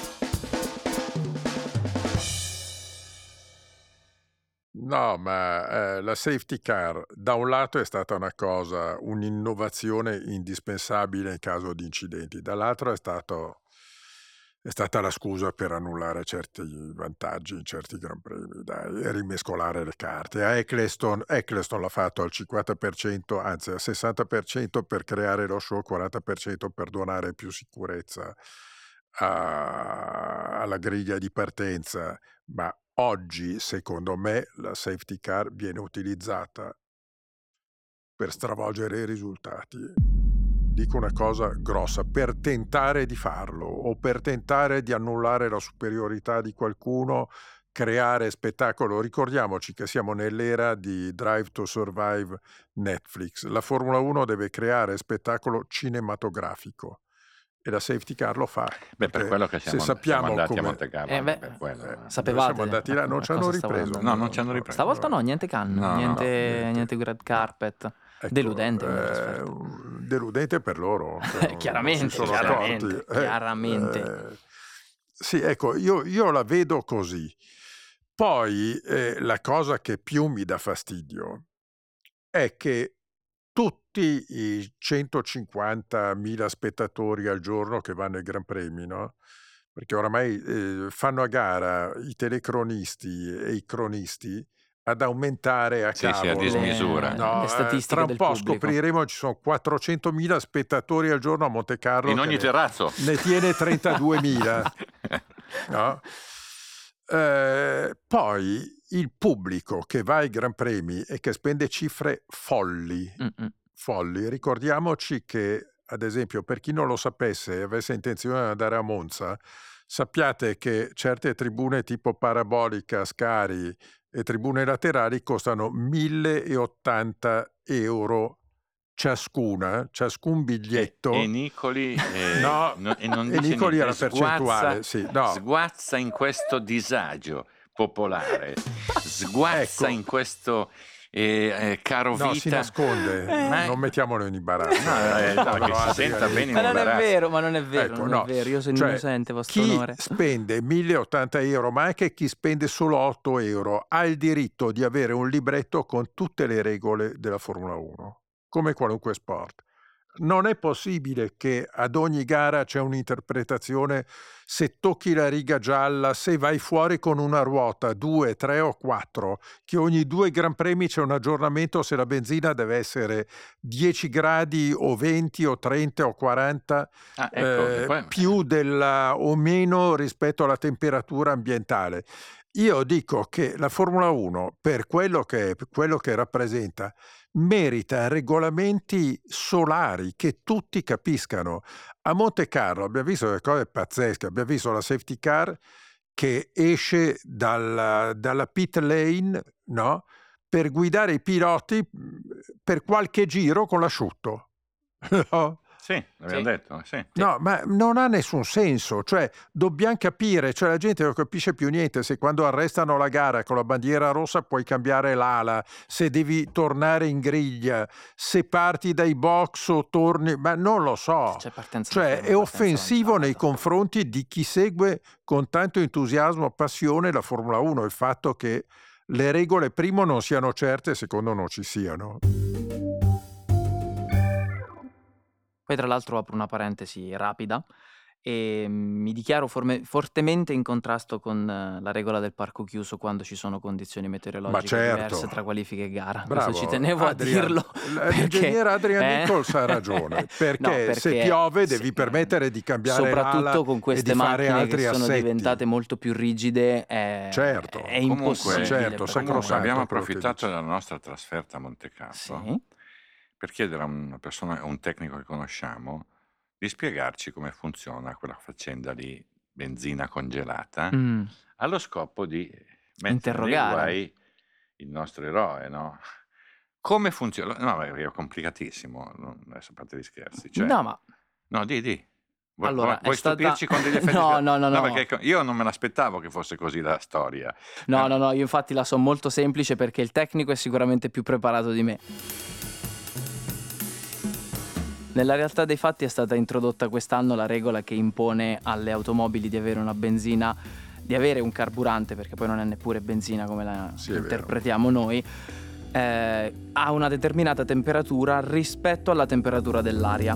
S6: No, ma la safety car da un lato è stata una cosa, un'innovazione indispensabile in caso di incidenti, dall'altro è stata la scusa per annullare certi vantaggi in certi Gran Premi, dai, e rimescolare le carte. A Eccleston l'ha fatto al 50%, anzi al 60% per creare lo show, 40% per donare più sicurezza alla griglia di partenza, ma oggi, secondo me, la safety car viene utilizzata per stravolgere i risultati. Dico una cosa grossa, per tentare di farlo o per tentare di annullare la superiorità di qualcuno, creare spettacolo. Ricordiamoci che siamo nell'era di Drive to Survive Netflix. La Formula 1 deve creare spettacolo cinematografico. E la safety car lo fa.
S1: Per quello che siamo andati a Monte Carlo. Per quello.
S2: Sapevate.
S6: Siamo andati là, non ci hanno ripreso.
S1: No, non ci hanno ripreso.
S2: Stavolta no, niente canne, niente red carpet.
S6: Ecco,
S2: deludente
S6: deludente per loro.
S2: Chiaramente.
S6: Sì, ecco, io la vedo così. Poi la cosa che più mi dà fastidio è che tutti i 150.000 spettatori al giorno che vanno ai Gran Premi, no? Perché oramai fanno a gara i telecronisti e i cronisti ad aumentare a cavolo.
S1: Sì, a dismisura.
S2: Le statistiche
S6: tra un
S2: del
S6: po'
S2: pubblico.
S6: scopriremo che ci sono 400.000 spettatori al giorno a Monte Carlo.
S1: In ogni terrazzo.
S6: Ne tiene 32.000. No? Poi il pubblico che va ai Gran Premi e che spende cifre folli. Ricordiamoci che, ad esempio, per chi non lo sapesse e avesse intenzione di andare a Monza, sappiate che certe tribune tipo parabolica, Scari e tribune laterali costano 1.080 euro ciascun biglietto.
S1: E Nicoli non dice
S6: Nicoli
S1: niente,
S6: è la percentuale, sì, no.
S1: Sguazza in questo disagio popolare, sguazza in questo caro vita.
S6: No, si nasconde, non mettiamolo in imbarazzo.
S1: Che si senta bene in imbarazzo.
S2: Ma non è vero,
S6: Ecco,
S2: non è vero, io sono innocente, vostro onore.
S6: Chi spende 1.080 euro, ma anche chi spende solo 8 euro, ha il diritto di avere un libretto con tutte le regole della Formula 1, come qualunque sport. Non è possibile che ad ogni gara c'è un'interpretazione, se tocchi la riga gialla, se vai fuori con una ruota, 2, 3 o 4, che ogni 2 Gran Premi c'è un aggiornamento se la benzina deve essere 10 gradi o 20 o 30 o 40 più o meno rispetto alla temperatura ambientale. io dico che la Formula 1, per quello che rappresenta, merita regolamenti solari che tutti capiscano. A Monte Carlo abbiamo visto delle cose pazzesche, abbiamo visto la safety car che esce dalla pit lane, no? Per guidare i piloti per qualche giro con l'asciutto. No?
S1: Sì, l'abbiamo detto. Sì.
S6: No, ma non ha nessun senso, cioè dobbiamo capire, cioè la gente non capisce più niente se quando arrestano la gara con la bandiera rossa puoi cambiare l'ala, se devi tornare in griglia, se parti dai box o torni, ma non lo so.
S2: C'è partenza
S6: Cioè
S2: ferma,
S6: è
S2: partenza
S6: offensivo nei
S2: lanciata.
S6: confronti di chi segue con tanto entusiasmo e passione la Formula 1 il fatto che le regole primo non siano certe e secondo non ci siano.
S2: Poi tra l'altro apro una parentesi rapida e mi dichiaro fortemente in contrasto con la regola del parco chiuso quando ci sono condizioni meteorologiche
S6: certo.
S2: diverse tra qualifiche e gara.
S6: Bravo,
S2: Questo ci tenevo a dirlo.
S6: L'ingegnere Adrian Nichols ha ragione, perché se piove devi permettere di cambiare l'ala
S2: soprattutto con
S6: e
S2: queste
S6: di fare
S2: macchine
S6: altri
S2: che sono
S6: assetti.
S2: diventate molto più rigide,
S6: Certo.
S2: è impossibile.
S6: certo,
S2: per
S6: sacrosanto.
S2: noi.
S1: Abbiamo
S6: quello che
S1: approfittato
S6: dici.
S1: della nostra trasferta a Monte Carlo
S2: Sì.
S1: per chiedere a una persona, a un tecnico che conosciamo, di spiegarci come funziona quella faccenda di benzina congelata,
S2: Mm.
S1: allo scopo di mettere nei
S2: Interrogare.
S1: guai il nostro eroe, no? Come funziona? No, è complicatissimo, adesso a parte gli scherzi. Cioè,
S2: No, ma
S1: no, di.
S2: allora,
S1: Vuoi
S2: è stata-
S1: stupirci con degli effetti?
S2: No.
S1: Perché io non me l'aspettavo che fosse così la storia.
S2: No, io infatti la so molto semplice perché il tecnico è sicuramente più preparato di me. Nella realtà dei fatti è stata introdotta quest'anno la regola che impone alle automobili di avere una benzina, di avere un carburante, perché poi non è neppure benzina come la
S6: Sì, è vero.
S2: interpretiamo noi, a una determinata temperatura rispetto alla temperatura dell'aria.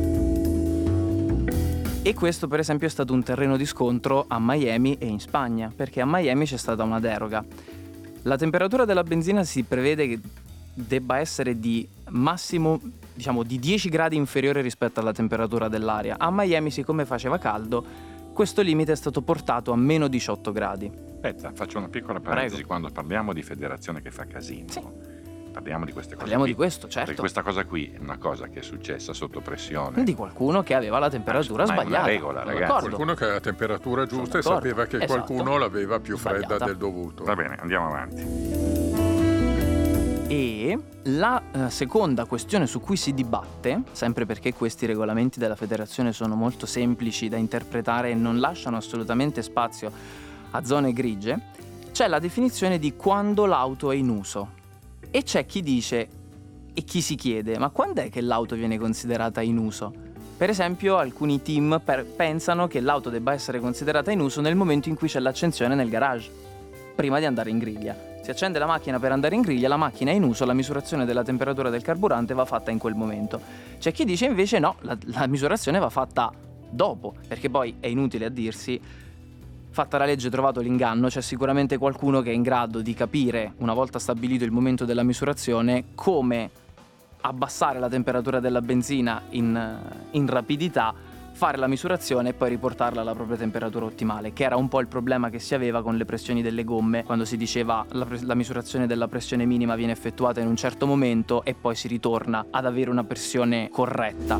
S2: E questo per esempio è stato un terreno di scontro a Miami e in Spagna, perché a Miami c'è stata una deroga. La temperatura della benzina si prevede che debba essere di massimo, diciamo, di 10 gradi inferiore rispetto alla temperatura dell'aria. A Miami, siccome faceva caldo, questo limite è stato portato a meno 18 gradi.
S1: Aspetta, faccio una piccola parentesi.
S2: Prego.
S1: Quando parliamo di federazione che fa casino,
S2: Sì.
S1: parliamo di queste cose.
S2: Parliamo
S1: qui,
S2: di questo, certo.
S1: Perché questa cosa qui è una cosa che è successa sotto pressione.
S2: Di qualcuno che aveva la temperatura
S1: Ma è una
S2: sbagliata.
S1: regola,
S2: Sono
S1: ragazzi.
S2: d'accordo.
S6: Qualcuno che ha la temperatura giusta e
S2: Sono d'accordo.
S6: sapeva che
S2: Esatto.
S6: qualcuno l'aveva più fredda
S2: Sbagliata.
S6: del dovuto.
S1: Va bene, andiamo avanti.
S2: E la seconda questione su cui si dibatte, sempre perché questi regolamenti della federazione sono molto semplici da interpretare e non lasciano assolutamente spazio a zone grigie, c'è la definizione di quando l'auto è in uso. E c'è chi dice e chi si chiede, ma quando è che l'auto viene considerata in uso? Per esempio, alcuni team pensano che l'auto debba essere considerata in uso nel momento in cui c'è l'accensione nel garage, prima di andare in griglia. Si accende la macchina per andare in griglia, la macchina è in uso, la misurazione della temperatura del carburante va fatta in quel momento. C'è chi dice invece no, la misurazione va fatta dopo, perché poi è inutile a dirsi, fatta la legge trovato l'inganno, c'è sicuramente qualcuno che è in grado di capire, una volta stabilito il momento della misurazione, come abbassare la temperatura della benzina in rapidità, fare la misurazione e poi riportarla alla propria temperatura ottimale, che era un po' il problema che si aveva con le pressioni delle gomme, quando si diceva la misurazione della pressione minima viene effettuata in un certo momento e poi si ritorna ad avere una pressione corretta.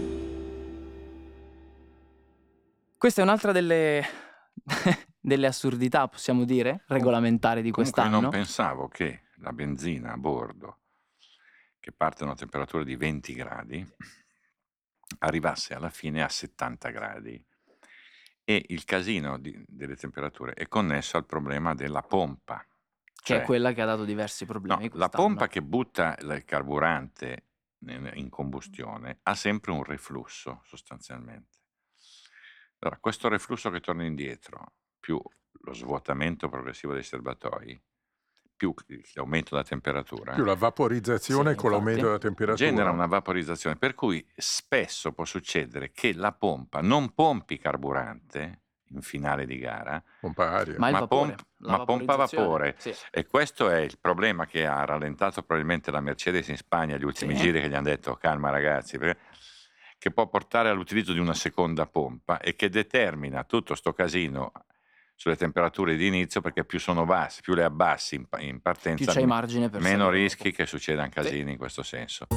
S2: Questa è un'altra delle assurdità, possiamo dire, regolamentari di
S1: Comunque
S2: quest'anno.
S1: non pensavo che la benzina a bordo, che parte da una temperatura di 20 gradi, arrivasse alla fine a 70 gradi. E il casino delle temperature è connesso al problema della pompa.
S2: Che
S1: Cioè,
S2: è quella che ha dato diversi problemi
S1: la
S2: quest'anno.
S1: pompa che butta il carburante in combustione ha sempre un reflusso sostanzialmente. Allora, questo reflusso che torna indietro, più lo svuotamento progressivo dei serbatoi, più l'aumento della temperatura,
S6: Più la vaporizzazione
S2: Sì,
S6: con l'aumento
S2: infatti.
S6: della temperatura.
S1: genera una vaporizzazione, per cui spesso può succedere che la pompa non pompi carburante in finale di gara,
S6: Pompa aria.
S2: Ma il
S1: ma
S2: vapore, la
S1: pompa
S2: vaporizzazione,
S1: vapore.
S2: sì.
S1: E questo è il problema che ha rallentato probabilmente la Mercedes in Spagna, gli ultimi
S2: Sì.
S1: giri, che gli hanno detto calma ragazzi, che può portare all'utilizzo di una seconda pompa e che determina tutto sto casino sulle temperature di inizio, perché più sono bassi, più le abbassi in partenza,
S2: Più c'hai margine per
S1: meno
S2: salire
S1: rischi
S2: dopo.
S1: che succedano casini in questo senso.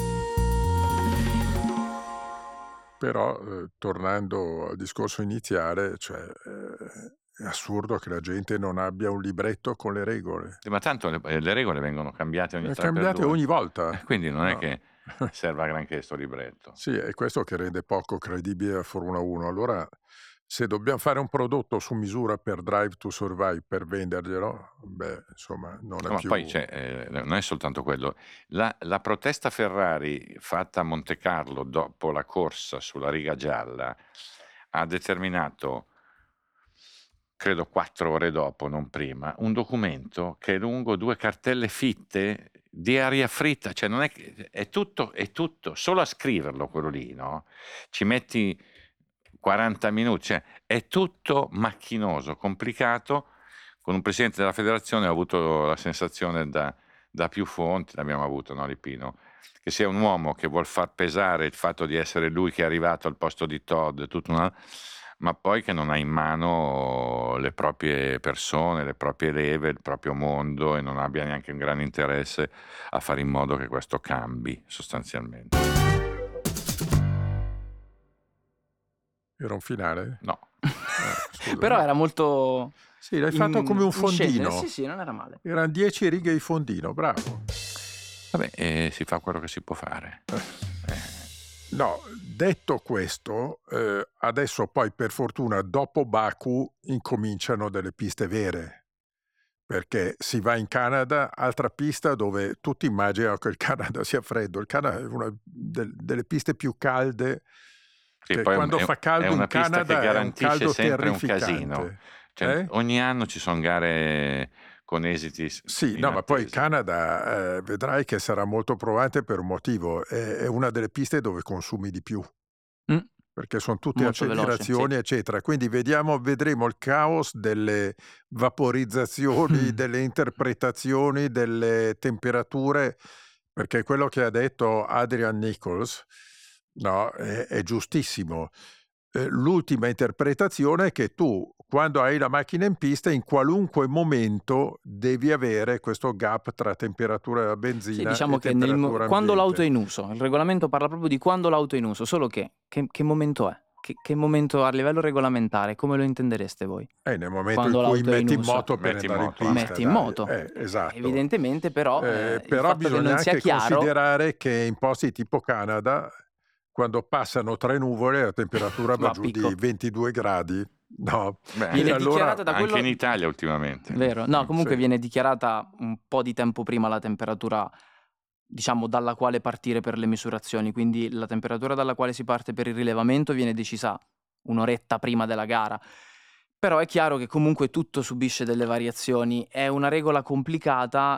S6: Però, tornando al discorso iniziale, cioè, è assurdo che la gente non abbia un libretto con le regole.
S1: Sì, ma tanto le regole vengono cambiate ogni
S6: È
S1: 3x2.
S6: cambiate ogni volta.
S1: Quindi non è
S6: No.
S1: che serva granché sto libretto.
S6: Sì, è questo che rende poco credibile la Formula 1. Allora, se dobbiamo fare un prodotto su misura per Drive to Survive per venderglielo, beh, insomma, non è
S1: Ma
S6: più...
S1: poi non è soltanto quello. La protesta Ferrari fatta a Monte Carlo dopo la corsa sulla riga gialla ha determinato, credo 4 ore dopo, non prima, un documento che è lungo 2 cartelle fitte di aria fritta, cioè non è che è tutto, solo a scriverlo quello lì, no? Ci metti 40 minuti, cioè è tutto macchinoso, complicato. Con un presidente della federazione ho avuto la sensazione da più fonti, l'abbiamo avuto, no, Lipino, che sia un uomo che vuol far pesare il fatto di essere lui che è arrivato al posto di Todd, ma poi che non ha in mano le proprie persone, le proprie leve, il proprio mondo, e non abbia neanche un grande interesse a fare in modo che questo cambi sostanzialmente.
S6: Era un finale?
S1: No.
S6: Scusa.
S2: Però era molto...
S6: Sì, l'hai fatto come un fondino.
S2: Sì, non era male.
S6: Erano 10 righe di fondino, bravo.
S1: Vabbè, si fa quello che si può fare.
S6: No, detto questo, adesso poi per fortuna dopo Baku incominciano delle piste vere, perché si va in Canada, altra pista dove tutti immaginano che il Canada sia freddo. Il Canada è una delle piste più calde,
S1: Sì,
S6: che
S1: poi
S6: quando fa caldo
S1: è una
S6: in
S1: pista
S6: Canada
S1: che
S6: è un
S1: garantisce
S6: caldo
S1: sempre un
S6: terrificante.
S1: casino. Cioè, ogni anno ci sono gare con esiti
S6: Sì, no, ma poi il Canada vedrai che sarà molto provante per un motivo, è una delle piste dove consumi di più, perché sono tutte
S2: Molto
S6: accelerazioni,
S2: veloce, sì.
S6: eccetera. Quindi vedremo il caos delle vaporizzazioni, delle interpretazioni, delle temperature, perché quello che ha detto Adrian Nichols, no, è giustissimo. L'ultima interpretazione è che tu, quando hai la macchina in pista, in qualunque momento devi avere questo gap tra temperatura della benzina
S2: Sì, diciamo
S6: e
S2: che
S6: temperatura
S2: quando
S6: ambiente.
S2: l'auto è in uso, il regolamento parla proprio di quando l'auto è in uso, solo che momento è? Che momento a livello regolamentare, come lo intendereste voi?
S6: Nel momento
S2: Quando
S6: in cui
S2: l'auto è in
S6: metti in
S2: uso.
S6: moto per
S1: Metti in
S6: andare in
S1: moto,
S6: pista.
S2: Metti in moto.
S6: Esatto.
S2: Evidentemente però, il
S6: però
S2: fatto che
S6: bisogna
S2: non sia
S6: anche
S2: chiaro...
S6: considerare che in posti tipo Canada, quando passano 3 nuvole, la temperatura va
S2: Va a
S6: giù
S2: picco.
S6: di 22 gradi. No.
S1: Beh,
S2: Viene
S6: E allora,
S2: dichiarata da quello...
S1: anche in Italia ultimamente.
S2: Vero, no, comunque
S6: Sì.
S2: viene dichiarata un po' di tempo prima la temperatura, diciamo, dalla quale partire per le misurazioni, quindi la temperatura dalla quale si parte per il rilevamento viene decisa un'oretta prima della gara. Però è chiaro che comunque tutto subisce delle variazioni, è una regola complicata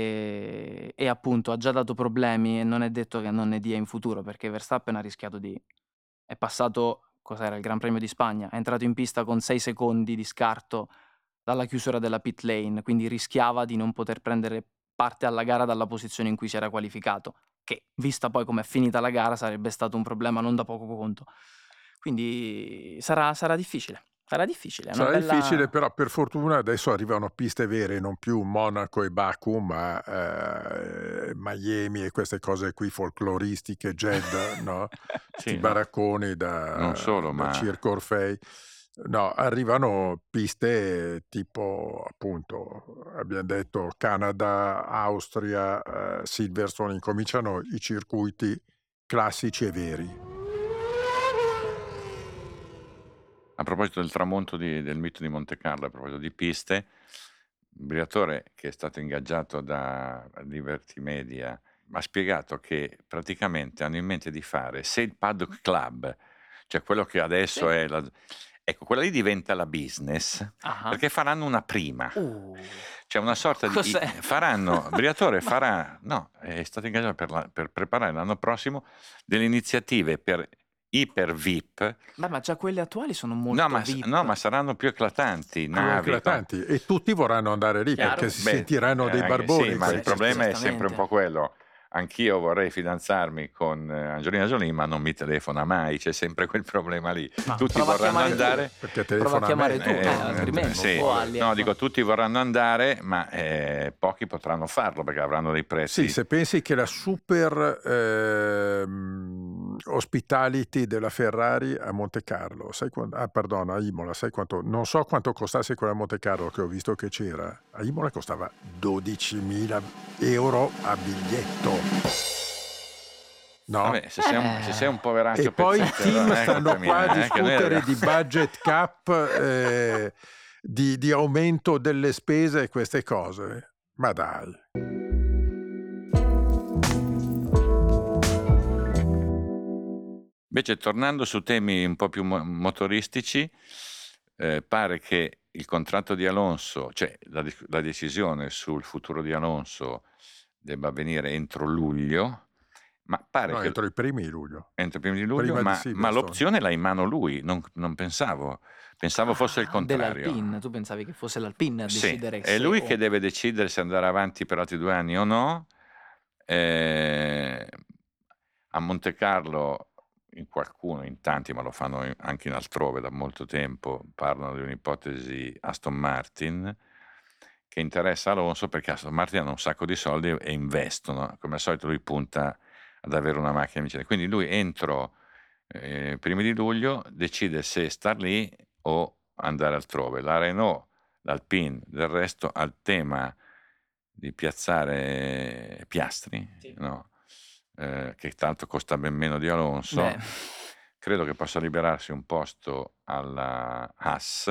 S2: e appunto ha già dato problemi e non è detto che non ne dia in futuro, perché Verstappen ha rischiato di... è passato, cos'era, il Gran Premio di Spagna, è entrato in pista con 6 secondi di scarto dalla chiusura della pit lane, quindi rischiava di non poter prendere parte alla gara dalla posizione in cui si era qualificato, che vista poi com'è finita la gara sarebbe stato un problema non da poco conto. Quindi sarà difficile. Sarà difficile. È una
S6: Sarà
S2: bella...
S6: difficile, però per fortuna adesso arrivano piste vere, non più Monaco e Baku, ma Miami e queste cose qui folcloristiche, Jeddah, no?
S1: Sì,
S6: I baracconi
S1: non solo,
S6: da
S1: ma
S6: Circo Orfei. No, arrivano piste tipo, appunto, abbiamo detto Canada, Austria, Silverstone, incominciano i circuiti classici e veri.
S1: a proposito del tramonto del mito di Monte Carlo, a proposito di piste, Briatore, che è stato ingaggiato da Liberty Media, ha spiegato che praticamente hanno in mente di fare, se il Paddock Club, cioè quello che adesso è la... Ecco, quella lì diventa la business, perché faranno una prima. Cioè una sorta di... Faranno, Briatore farà... No, è stato ingaggiato per preparare l'anno prossimo delle iniziative per iper VIP.
S2: Ma già quelle attuali sono molto VIP.
S1: No, ma saranno più eclatanti, navi.
S6: Eclatanti, e tutti vorranno andare lì. Chiaro. Perché si sentiranno dei barboni.
S1: Sì, ma il problema è sempre un po' quello. anch'io vorrei fidanzarmi con Angelina Jolie, ma non mi telefona mai, c'è sempre quel problema lì.
S2: Ma
S1: Tutti
S2: prova a
S1: vorranno
S2: chiamare tu.
S1: andare.
S6: Perché
S2: Prova
S6: telefona
S2: a chiamare
S6: me.
S2: tu, altrimenti
S1: sì.
S2: può Alli,
S1: No,
S2: ecco.
S1: dico tutti vorranno andare, ma pochi potranno farlo perché avranno dei prezzi.
S6: Sì, se pensi che la super hospitality della Ferrari a Monte Carlo, sai perdona, a Imola, sai quanto? Non so quanto costasse quella a Monte Carlo, che ho visto che c'era. A Imola costava 12.000 euro a biglietto. No?
S1: Vabbè, se sei un poveraccio
S6: E poi i
S1: pezzente,
S6: team
S1: allora,
S6: stanno
S1: ecco,
S6: qua a
S1: che noi
S6: discutere di budget cap, di aumento delle spese e queste cose. Ma dai.
S1: Invece, tornando su temi un po' più motoristici, pare che il contratto di Alonso, cioè la decisione sul futuro di Alonso debba avvenire entro luglio, ma pare
S6: No,
S1: che
S6: entro i primi di luglio.
S1: entro i primi di luglio,
S6: Prima di
S1: ma
S6: Silverstone.
S1: l'opzione l'ha in mano lui, non pensavo fosse il contrario.
S2: Dell'Alpine, tu pensavi che fosse l'Alpine a
S1: Sì,
S2: decidere
S1: è
S2: se
S1: lui
S2: o-
S1: che deve decidere se andare avanti per altri 2 anni o no. A Monte Carlo, in tanti, ma lo fanno anche in altrove da molto tempo, parlano di un'ipotesi Aston Martin che interessa Alonso perché Aston Martin hanno un sacco di soldi e investono. Come al solito lui punta ad avere una macchina vincente. Quindi lui entro primi di luglio decide se star lì o andare altrove. La Renault, l'Alpine, del resto, ha il tema di piazzare Piastri,
S2: Sì.
S1: no? Che tanto costa ben meno di Alonso.
S2: Beh.
S1: Credo che possa liberarsi un posto alla Haas.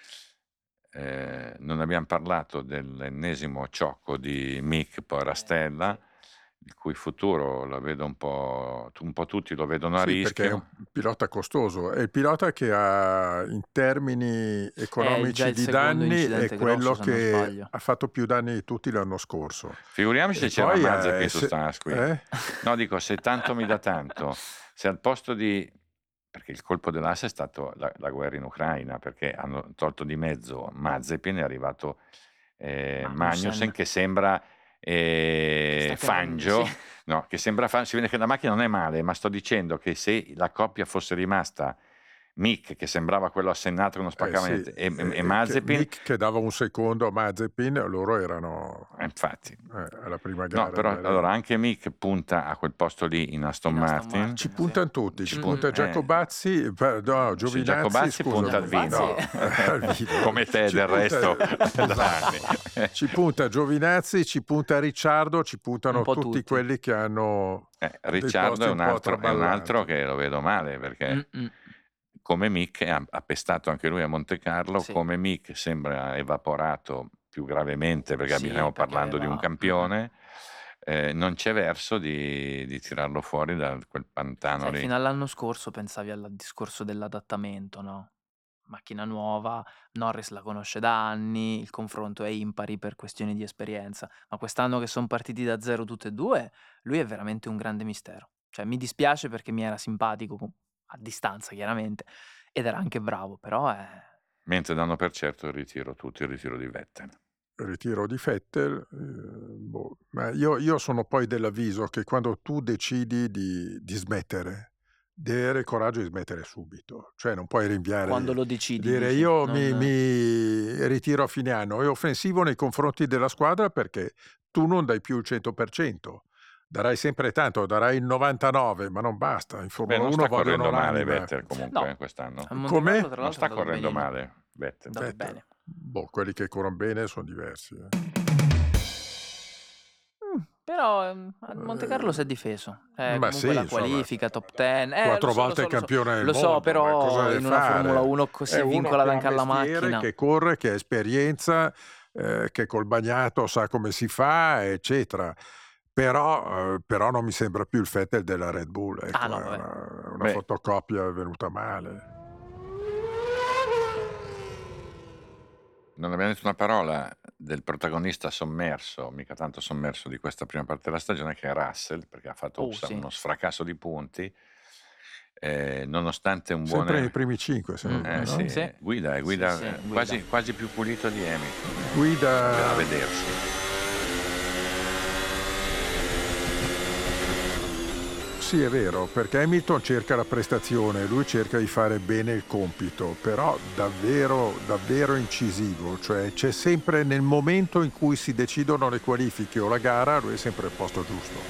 S1: Non abbiamo parlato dell'ennesimo ciocco di Mick Porastella, il cui futuro la vedo un po' tutti lo vedono a
S6: Sì, perché è
S1: rischio.
S6: un pilota costoso. È il pilota che ha, in termini
S2: già
S6: economici
S2: il
S6: di
S2: secondo
S6: danni, è
S2: incidente
S6: quello
S2: grosso, se non
S6: che
S2: sbaglio.
S6: ha fatto più danni di tutti l'anno scorso.
S1: Figuriamoci se
S6: E
S1: c'era
S6: poi,
S1: Mazepin su
S6: se-
S1: sta qui.
S6: eh?
S1: No, dico, se tanto mi dà tanto, se al posto di... Perché il colpo dell'asse è stato la guerra in Ucraina, perché hanno tolto di mezzo Mazepin, è arrivato Magnussen, che sembra
S2: Che sta
S1: Fangio,
S2: sì.
S1: no, che sembra si vede che la macchina non è male, ma sto dicendo che se la coppia fosse rimasta Mick, che sembrava quello assennato che non spaccava
S6: Sì,
S1: niente, e Mazepin,
S6: Mick che dava un secondo a Mazepin, loro erano
S1: infatti.
S6: alla prima gara.
S1: No, però allora anche Mick punta a quel posto lì in Aston Martin.
S6: Ci puntano tutti, ci
S1: Mm,
S6: punta Giacobazzi, no,
S1: Sì,
S6: Giovinazzi,
S1: Giacobazzi
S6: scusa,
S1: punta al vino.
S6: no, al vino.
S1: Come te
S6: Ci
S1: del resto
S6: punta-
S1: da anni.
S6: Ci punta Giovinazzi, ci punta Ricciardo, ci puntano
S2: Un po'
S6: tutti
S2: tutti.
S6: quelli che hanno dei
S1: Ricciardo
S6: posti
S1: è
S6: un
S1: un
S6: po'
S1: altro
S6: traballanti.
S1: che lo vedo male perché
S2: Mm-mm.
S1: come Mick ha pestato anche lui a Monte Carlo,
S2: Sì.
S1: come Mick sembra evaporato più gravemente perché
S2: Sì,
S1: stiamo
S2: perché
S1: parlando di un
S2: aveva-
S1: campione. Non c'è verso di tirarlo fuori da quel pantano
S2: Sai,
S1: lì.
S2: fino all'anno scorso pensavi al discorso dell'adattamento, no? Macchina nuova, Norris la conosce da anni, il confronto è impari per questioni di esperienza, ma quest'anno che sono partiti da zero tutte e due, lui è veramente un grande mistero. Cioè mi dispiace perché mi era simpatico a distanza chiaramente ed era anche bravo, però è...
S1: Mentre danno per certo il ritiro di Vettel.
S6: Ritiro di Vettel, ma io sono poi dell'avviso che quando tu decidi di smettere, devi avere il coraggio di smettere subito, cioè non puoi rinviare.
S2: Quando lo decidi,
S6: dire
S2: dici,
S6: io
S2: non-
S6: mi ritiro a fine anno, è offensivo nei confronti della squadra perché tu non dai più il 100%, darai sempre tanto, darai il 99%, ma non basta, in Formula
S1: Non
S6: 1
S1: sta
S6: vogliono
S1: correndo male
S6: l'anima.
S1: Vettel comunque
S2: No.
S1: quest'anno.
S2: A Monte
S6: Come?
S2: Carlo, tra
S1: Non
S2: l'altro,
S1: sta
S2: è andato
S1: correndo
S2: benino.
S1: male Vettel.
S2: Andato
S6: Vettel.
S2: bene.
S6: Boh, quelli che corrono bene sono diversi.
S2: Però a Monte Carlo si è difeso.
S6: Ma
S2: Comunque
S6: sì,
S2: la
S6: insomma,
S2: qualifica, top 10.
S6: 4
S2: lo so,
S6: volte campione del
S2: Lo
S6: mondo,
S2: so,
S6: ma
S2: però
S6: cosa deve
S2: in una
S6: fare?
S2: Formula 1
S6: È
S2: così
S6: uno
S2: vincolata
S6: che ha
S2: anche
S6: un
S2: alla
S6: mestiere,
S2: macchina.
S6: che corre, che ha esperienza, che col bagnato sa come si fa, eccetera. Però non mi sembra più il Vettel della Red Bull. Ecco,
S2: no,
S6: è
S2: vabbè.
S6: una
S1: Beh.
S6: fotocopia venuta male.
S1: Non abbiamo detto una parola del protagonista sommerso, mica tanto sommerso di questa prima parte della stagione, che è Russell, perché ha fatto
S2: Sì.
S1: uno sfracasso di punti, nonostante un buon...
S6: Sempre nei primi 5, se non sbaglio, no?
S1: sì.
S2: Sì.
S1: Guida
S2: Sì, guida.
S1: quasi più pulito di Hamilton.
S6: Guida
S1: A vedersi.
S6: Sì, è vero, perché Hamilton cerca la prestazione, lui cerca di fare bene il compito, però davvero, davvero incisivo, cioè c'è sempre nel momento in cui si decidono le qualifiche o la gara, lui è sempre al posto giusto.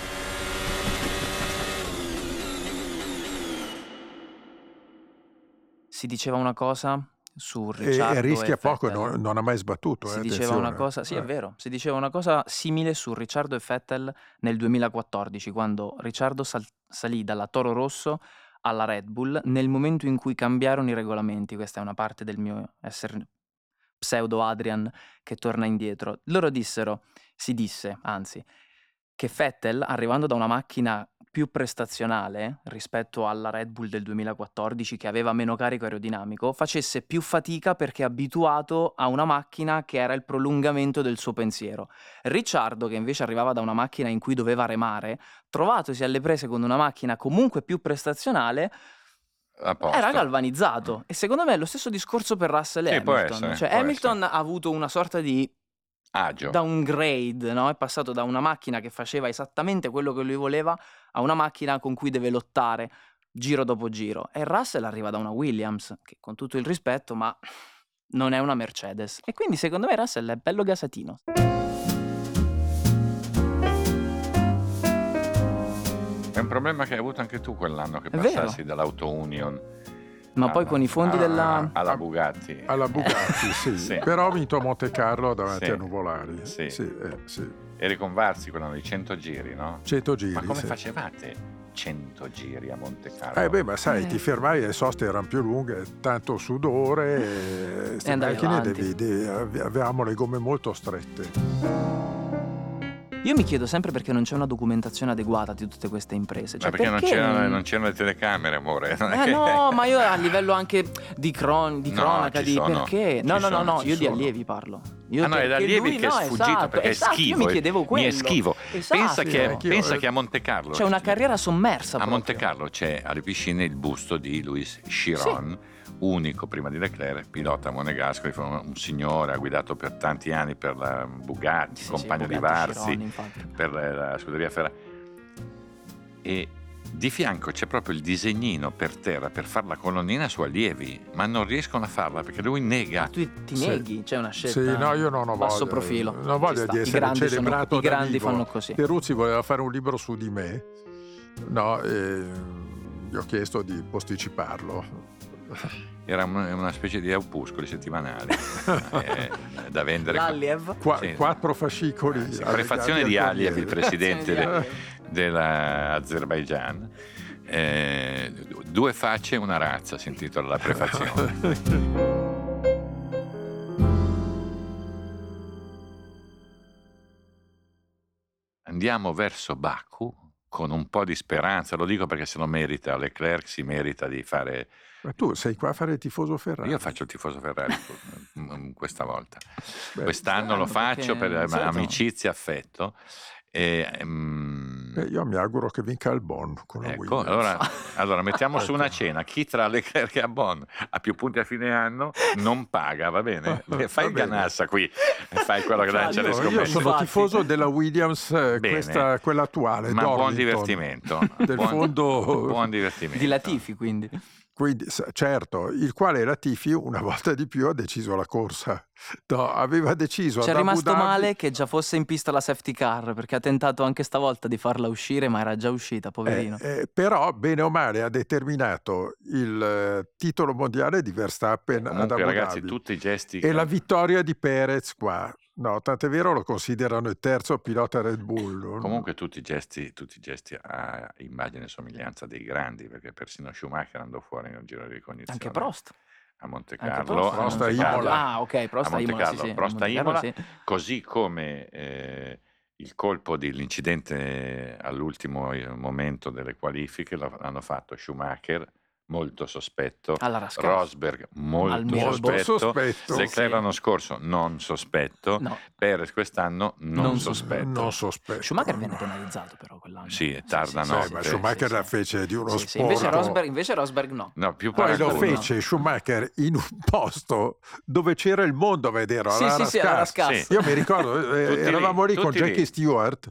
S2: Si diceva una cosa su Ricciardo
S6: E rischia poco,
S2: Vettel.
S6: non ha mai sbattuto.
S2: Si diceva una cosa, sì, è vero, si diceva una cosa simile su Ricciardo e Vettel nel 2014, quando Ricciardo salì dalla Toro Rosso alla Red Bull nel momento in cui cambiarono i regolamenti. Questa è una parte del mio essere pseudo Adrian che torna indietro. Si disse, che Vettel, arrivando da una macchina più prestazionale rispetto alla Red Bull del 2014, che aveva meno carico aerodinamico, facesse più fatica perché abituato a una macchina che era il prolungamento del suo pensiero. Ricciardo, che invece arrivava da una macchina in cui doveva remare, trovatosi alle prese con una macchina comunque più prestazionale, era galvanizzato. E secondo me è lo stesso discorso per Russell e Hamilton. Cioè Hamilton ha avuto una sorta di
S1: agio,
S2: downgrade, no? È passato da una macchina che faceva esattamente quello che lui voleva a una macchina con cui deve lottare giro dopo giro. E Russell arriva da una Williams, che con tutto il rispetto, ma non è una Mercedes. E quindi secondo me Russell è bello gasatino.
S1: È un problema che hai avuto anche tu quell'anno che
S2: È
S1: passassi
S2: vero.
S1: dall'Auto Union
S2: Ma poi con i fondi
S1: alla Bugatti.
S6: Alla Bugatti, sì.
S1: Sì.
S6: Però ho vinto a Monte Carlo davanti
S1: Sì.
S6: a Nuvolari.
S1: Sì.
S6: Sì.
S1: Eri con Varzi quell'anno di 100 giri, no?
S6: 100 giri.
S1: Ma come
S6: sì.
S1: facevate 100 giri a Monte Carlo?
S6: Beh, ma sai, ti fermavi, le soste erano più lunghe, tanto sudore,
S2: E andavi avanti.
S6: avevamo le gomme molto strette.
S2: Io mi chiedo sempre perché non c'è una documentazione adeguata di tutte queste imprese. Cioè,
S1: Ma perché non c'erano le telecamere, amore. Non è che...
S2: No, ma io a livello anche di cronaca,
S1: ci
S2: di
S1: sono,
S2: perché?
S1: ci
S2: No,
S1: sono,
S2: io di
S1: sono.
S2: allievi parlo.
S1: È da allievi che è sfuggito perché è schivo.
S2: Io mi chiedevo quello.
S1: Mi è schivo.
S2: Esatto.
S1: Pensa che a Monte Carlo
S2: c'è una carriera sommersa
S1: a
S2: proprio.
S1: Monte Carlo c'è alle piscine il busto di Louis Chiron, unico prima di Leclerc, pilota monegasco, un signore, ha guidato per tanti anni per la Bugatti, compagno di Varzi, per la scuderia Ferrari. E di fianco c'è proprio il disegnino per terra per fare la colonnina su allievi, ma non riescono a farla perché lui nega.
S2: Tu ti neghi, c'è una scelta.
S6: Sì, no, io non ho
S2: basso
S6: voglia.
S2: profilo.
S6: Non voglio di essere celebrato
S2: I grandi
S6: vivo.
S2: fanno così.
S6: Peruzzi voleva fare un libro su di me, no, e gli ho chiesto di posticiparlo.
S1: Era una specie di opuscoli settimanali da vendere.
S2: L'Aliev?
S6: 4 fascicoli.
S1: Prefazione di Aliev, il presidente dell'Azerbaigian. 2 facce e una razza, si intitola la prefazione. Andiamo verso Baku con un po' di speranza, lo dico perché se lo merita Leclerc, si merita di fare.
S6: Ma tu sei qua a fare il tifoso Ferrari?
S1: Io faccio il tifoso Ferrari questa volta.
S6: Beh,
S1: Quest'anno lo faccio per amicizia e affetto.
S6: io mi auguro che vinca Albon con la
S1: Ecco,
S6: Williams.
S1: allora mettiamo su una cena. Chi tra Leclerc e Albon ha più punti a fine anno non paga, va bene? Fai il ganassa qui, fai quello che lancia le scommesse.
S6: Io sono tifoso della Williams, quella attuale.
S1: Ma buon
S6: Darlington,
S1: divertimento. Buon divertimento.
S2: Di Latifi, quindi.
S6: Quindi, certo, il quale Latifi una volta di più ha deciso la corsa. No, aveva deciso.
S2: C'è
S6: ad
S2: rimasto
S6: Abu Dhabi...
S2: male che già fosse in pista la safety car, perché ha tentato anche stavolta di farla uscire, ma era già uscita, poverino.
S6: Però, bene o male, ha determinato il titolo mondiale di Verstappen ad Abu Dhabi.
S1: Ragazzi, tutti i gesti.
S6: E la vittoria di Perez qua. No, tant'è vero, lo considerano il terzo pilota Red Bull.
S1: Comunque tutti i gesti a immagine e somiglianza dei grandi, perché persino Schumacher andò fuori nel giro di ricognizione.
S2: Anche Prost.
S1: A Monte Carlo. Prost a
S6: Imola.
S2: Ah, ok, Prost a Imola, sì.
S1: Prost a Imola,
S2: sì.
S1: così come il colpo dell'incidente all'ultimo momento delle qualifiche l'hanno fatto Schumacher, molto sospetto, Rosberg molto sospetto, Leclerc l'anno scorso non sospetto, Perez quest'anno non sospetto.
S2: Schumacher viene penalizzato però quell'anno.
S1: Sì, tarda notte.
S6: Ma Schumacher la fece di uno sporco.
S2: Invece Rosberg no.
S6: Poi lo fece Schumacher in un posto dove c'era il mondo a vederlo, alla Rascasse. Io mi ricordo, eravamo lì con Jackie Stewart.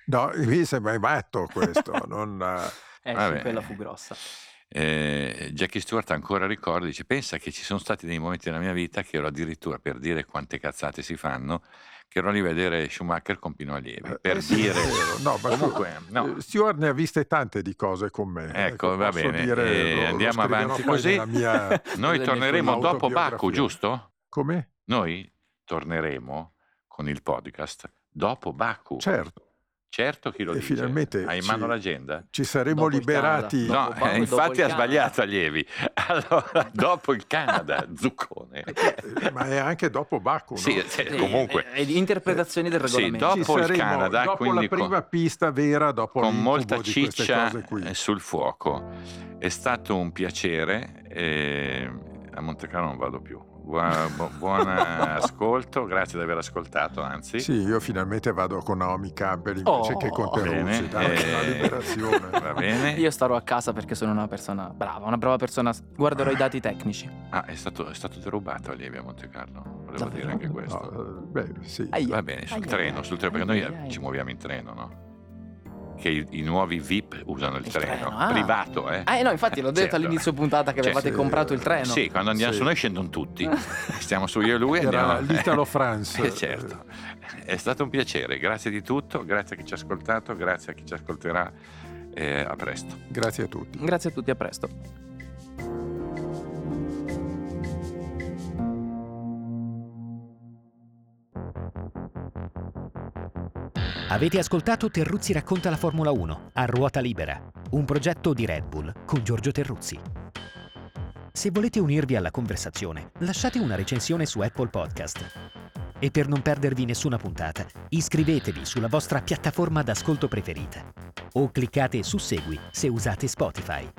S6: No, mi sembra matto questo. Non,
S2: Sì,
S1: Vabbè.
S2: quella fu grossa.
S1: Jackie Stewart ancora ricorda, dice: pensa che ci sono stati dei momenti nella mia vita che ero addirittura, per dire quante cazzate si fanno, che ero lì a vedere Schumacher con Pino Allievi, per
S6: sì,
S1: dire.
S6: è vero. No, ma
S1: Comunque, no.
S6: Stewart ne ha viste tante di cose con me.
S1: Ecco, va
S6: posso
S1: bene,
S6: dire, lo
S1: andiamo
S6: scriverò
S1: avanti
S6: poi
S1: così.
S6: nella mia
S1: Noi torneremo dopo Baku,
S6: autobiografia.
S1: giusto?
S6: Come?
S1: Noi torneremo con il podcast dopo Baku.
S6: Certo,
S1: Chi lo
S6: e
S1: dice?
S6: finalmente
S1: Hai in mano l'agenda?
S6: ci saremo
S2: Dopo il
S6: liberati.
S2: Canada.
S1: No,
S2: Dopo Baku e dopo
S1: infatti
S2: il
S1: ha
S2: Canada.
S1: sbagliato Allievi. Allora, dopo il Canada, Zuccone.
S6: Ma è anche dopo Baku, no?
S1: Sì, comunque.
S2: Interpretazioni del
S1: Sì,
S2: regolamento.
S6: Ci
S1: dopo il
S6: saremo
S1: Canada,
S6: dopo
S1: quindi
S6: la prima pista vera, dopo
S1: con
S6: l'incubo
S1: molta
S6: di queste
S1: ciccia
S6: cose qui.
S1: sul fuoco. È stato un piacere. A Monte Carlo non vado più. Buon ascolto, grazie di aver ascoltato, anzi.
S6: Sì, io finalmente vado con Naomi Campbell invece che con Terruzzi.
S1: Bene,
S6: Dai, la liberazione.
S1: va bene.
S2: Io starò a casa perché sono una persona brava, una brava persona. Guarderò i dati tecnici.
S1: Ah, è stato derubato Allievi a Monte Carlo, volevo
S2: Davvero?
S1: dire anche questo.
S6: No, beh, sì.
S2: Aia.
S1: Va bene, sul
S2: Aia,
S1: treno, perché noi
S2: aia.
S1: ci muoviamo in treno, no? Che i nuovi VIP usano il treno,
S2: treno, ah.
S1: privato, eh?
S2: No, infatti l'ho detto
S1: Certo.
S2: all'inizio puntata che avevate
S6: Sì,
S2: comprato il treno.
S1: Sì, quando andiamo
S6: Sì.
S1: su noi scendono tutti. Stiamo su io e lui e
S6: Era
S1: andiamo.
S6: l'Italo France.
S1: Certo. È stato un piacere, grazie di tutto, grazie a chi ci ha ascoltato, grazie a chi ci ascolterà. A presto.
S6: Grazie a tutti.
S2: Grazie a tutti, a presto.
S5: Avete ascoltato Terruzzi racconta la Formula 1 a ruota libera, un progetto di Red Bull con Giorgio Terruzzi. Se volete unirvi alla conversazione, lasciate una recensione su Apple Podcast. E per non perdervi nessuna puntata, iscrivetevi sulla vostra piattaforma d'ascolto preferita o cliccate su Segui se usate Spotify.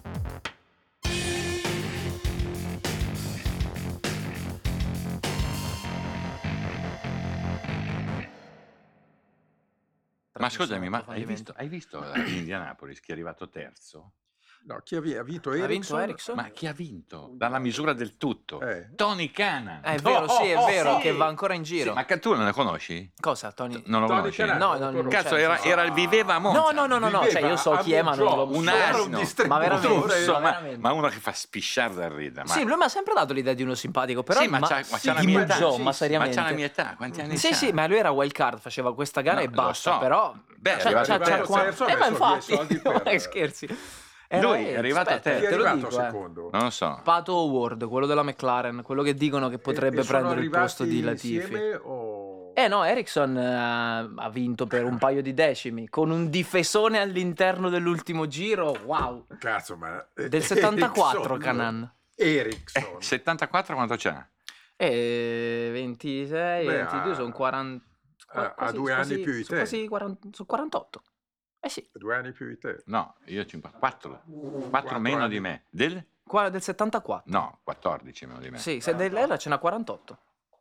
S1: Ma scusami, ma hai visto Indianapolis che è arrivato terzo?
S6: No, chi ha vinto?
S2: Ha vinto
S6: Ericsson?
S2: Ericsson?
S1: Ma chi ha vinto? Dalla misura del tutto. Tony Canaan.
S2: È vero, sì, è vero,
S1: sì.
S2: che va ancora in giro.
S1: Sì, ma tu non la conosci?
S2: Cosa, Tony?
S1: Non lo
S6: Tony
S1: conosci?
S6: Canaan.
S2: No, no,
S1: Cazzo,
S2: certo.
S1: viveva a Monza.
S2: No, cioè io so chi è, ma non l'ho
S1: Un
S2: visto.
S1: asino.
S2: Ma veramente?
S1: Ma
S2: veramente.
S1: uno che fa spisciare da ridere. Ma...
S2: Sì, lui mi ha sempre dato l'idea di uno simpatico, però
S1: Sì, ma c'ha la
S2: Kim
S1: mia età.
S2: Jong, ma
S1: Ma
S2: seriamente.
S1: c'ha la mia età, quanti anni
S2: Sì,
S1: c'ha?
S2: sì, ma lui era wild card, faceva questa gara
S1: No,
S2: e
S1: lo
S2: basta,
S1: so.
S2: però
S1: Beh, è
S2: c'ha
S1: arrivato
S6: terzo,
S2: qua-
S6: terzo, ha
S2: ma
S6: messo
S2: infatti,
S6: 10 soldi per-
S2: ma scherzi.
S1: Lui è arrivato a
S6: Chi è
S1: terzo.
S2: te lo
S6: arrivato
S2: dico,
S6: secondo?
S1: Non lo so.
S2: Pato Howard, quello della McLaren, quello che dicono che potrebbe
S6: E sono
S2: prendere il posto di
S6: arrivati
S2: Latifi.
S6: insieme o...
S2: No, Ericsson ha vinto per un paio di decimi, con un difesone all'interno dell'ultimo giro, wow.
S6: Cazzo, ma...
S2: Del 74
S6: Ericsson.
S2: Canaan.
S6: Ericsson.
S1: 74 quanto c'ha?
S2: 26,
S6: Beh,
S2: 22, sono 40...
S6: ha 2 anni più di
S2: sono
S6: te.
S2: quasi 40, sono 48. Sì,
S6: 2 anni più di te.
S1: No, io 54. 4 meno
S6: anni.
S1: di me. Del?
S2: qua del 74.
S1: No, 14 meno di me.
S2: Sì, se dell'era ce n'ha 48.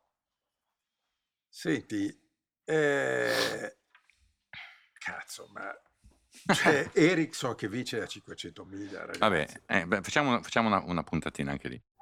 S6: Senti, cazzo, ma c'è Ericsson che vince a 500.000, ragazzi.
S1: Vabbè, facciamo una puntatina anche lì.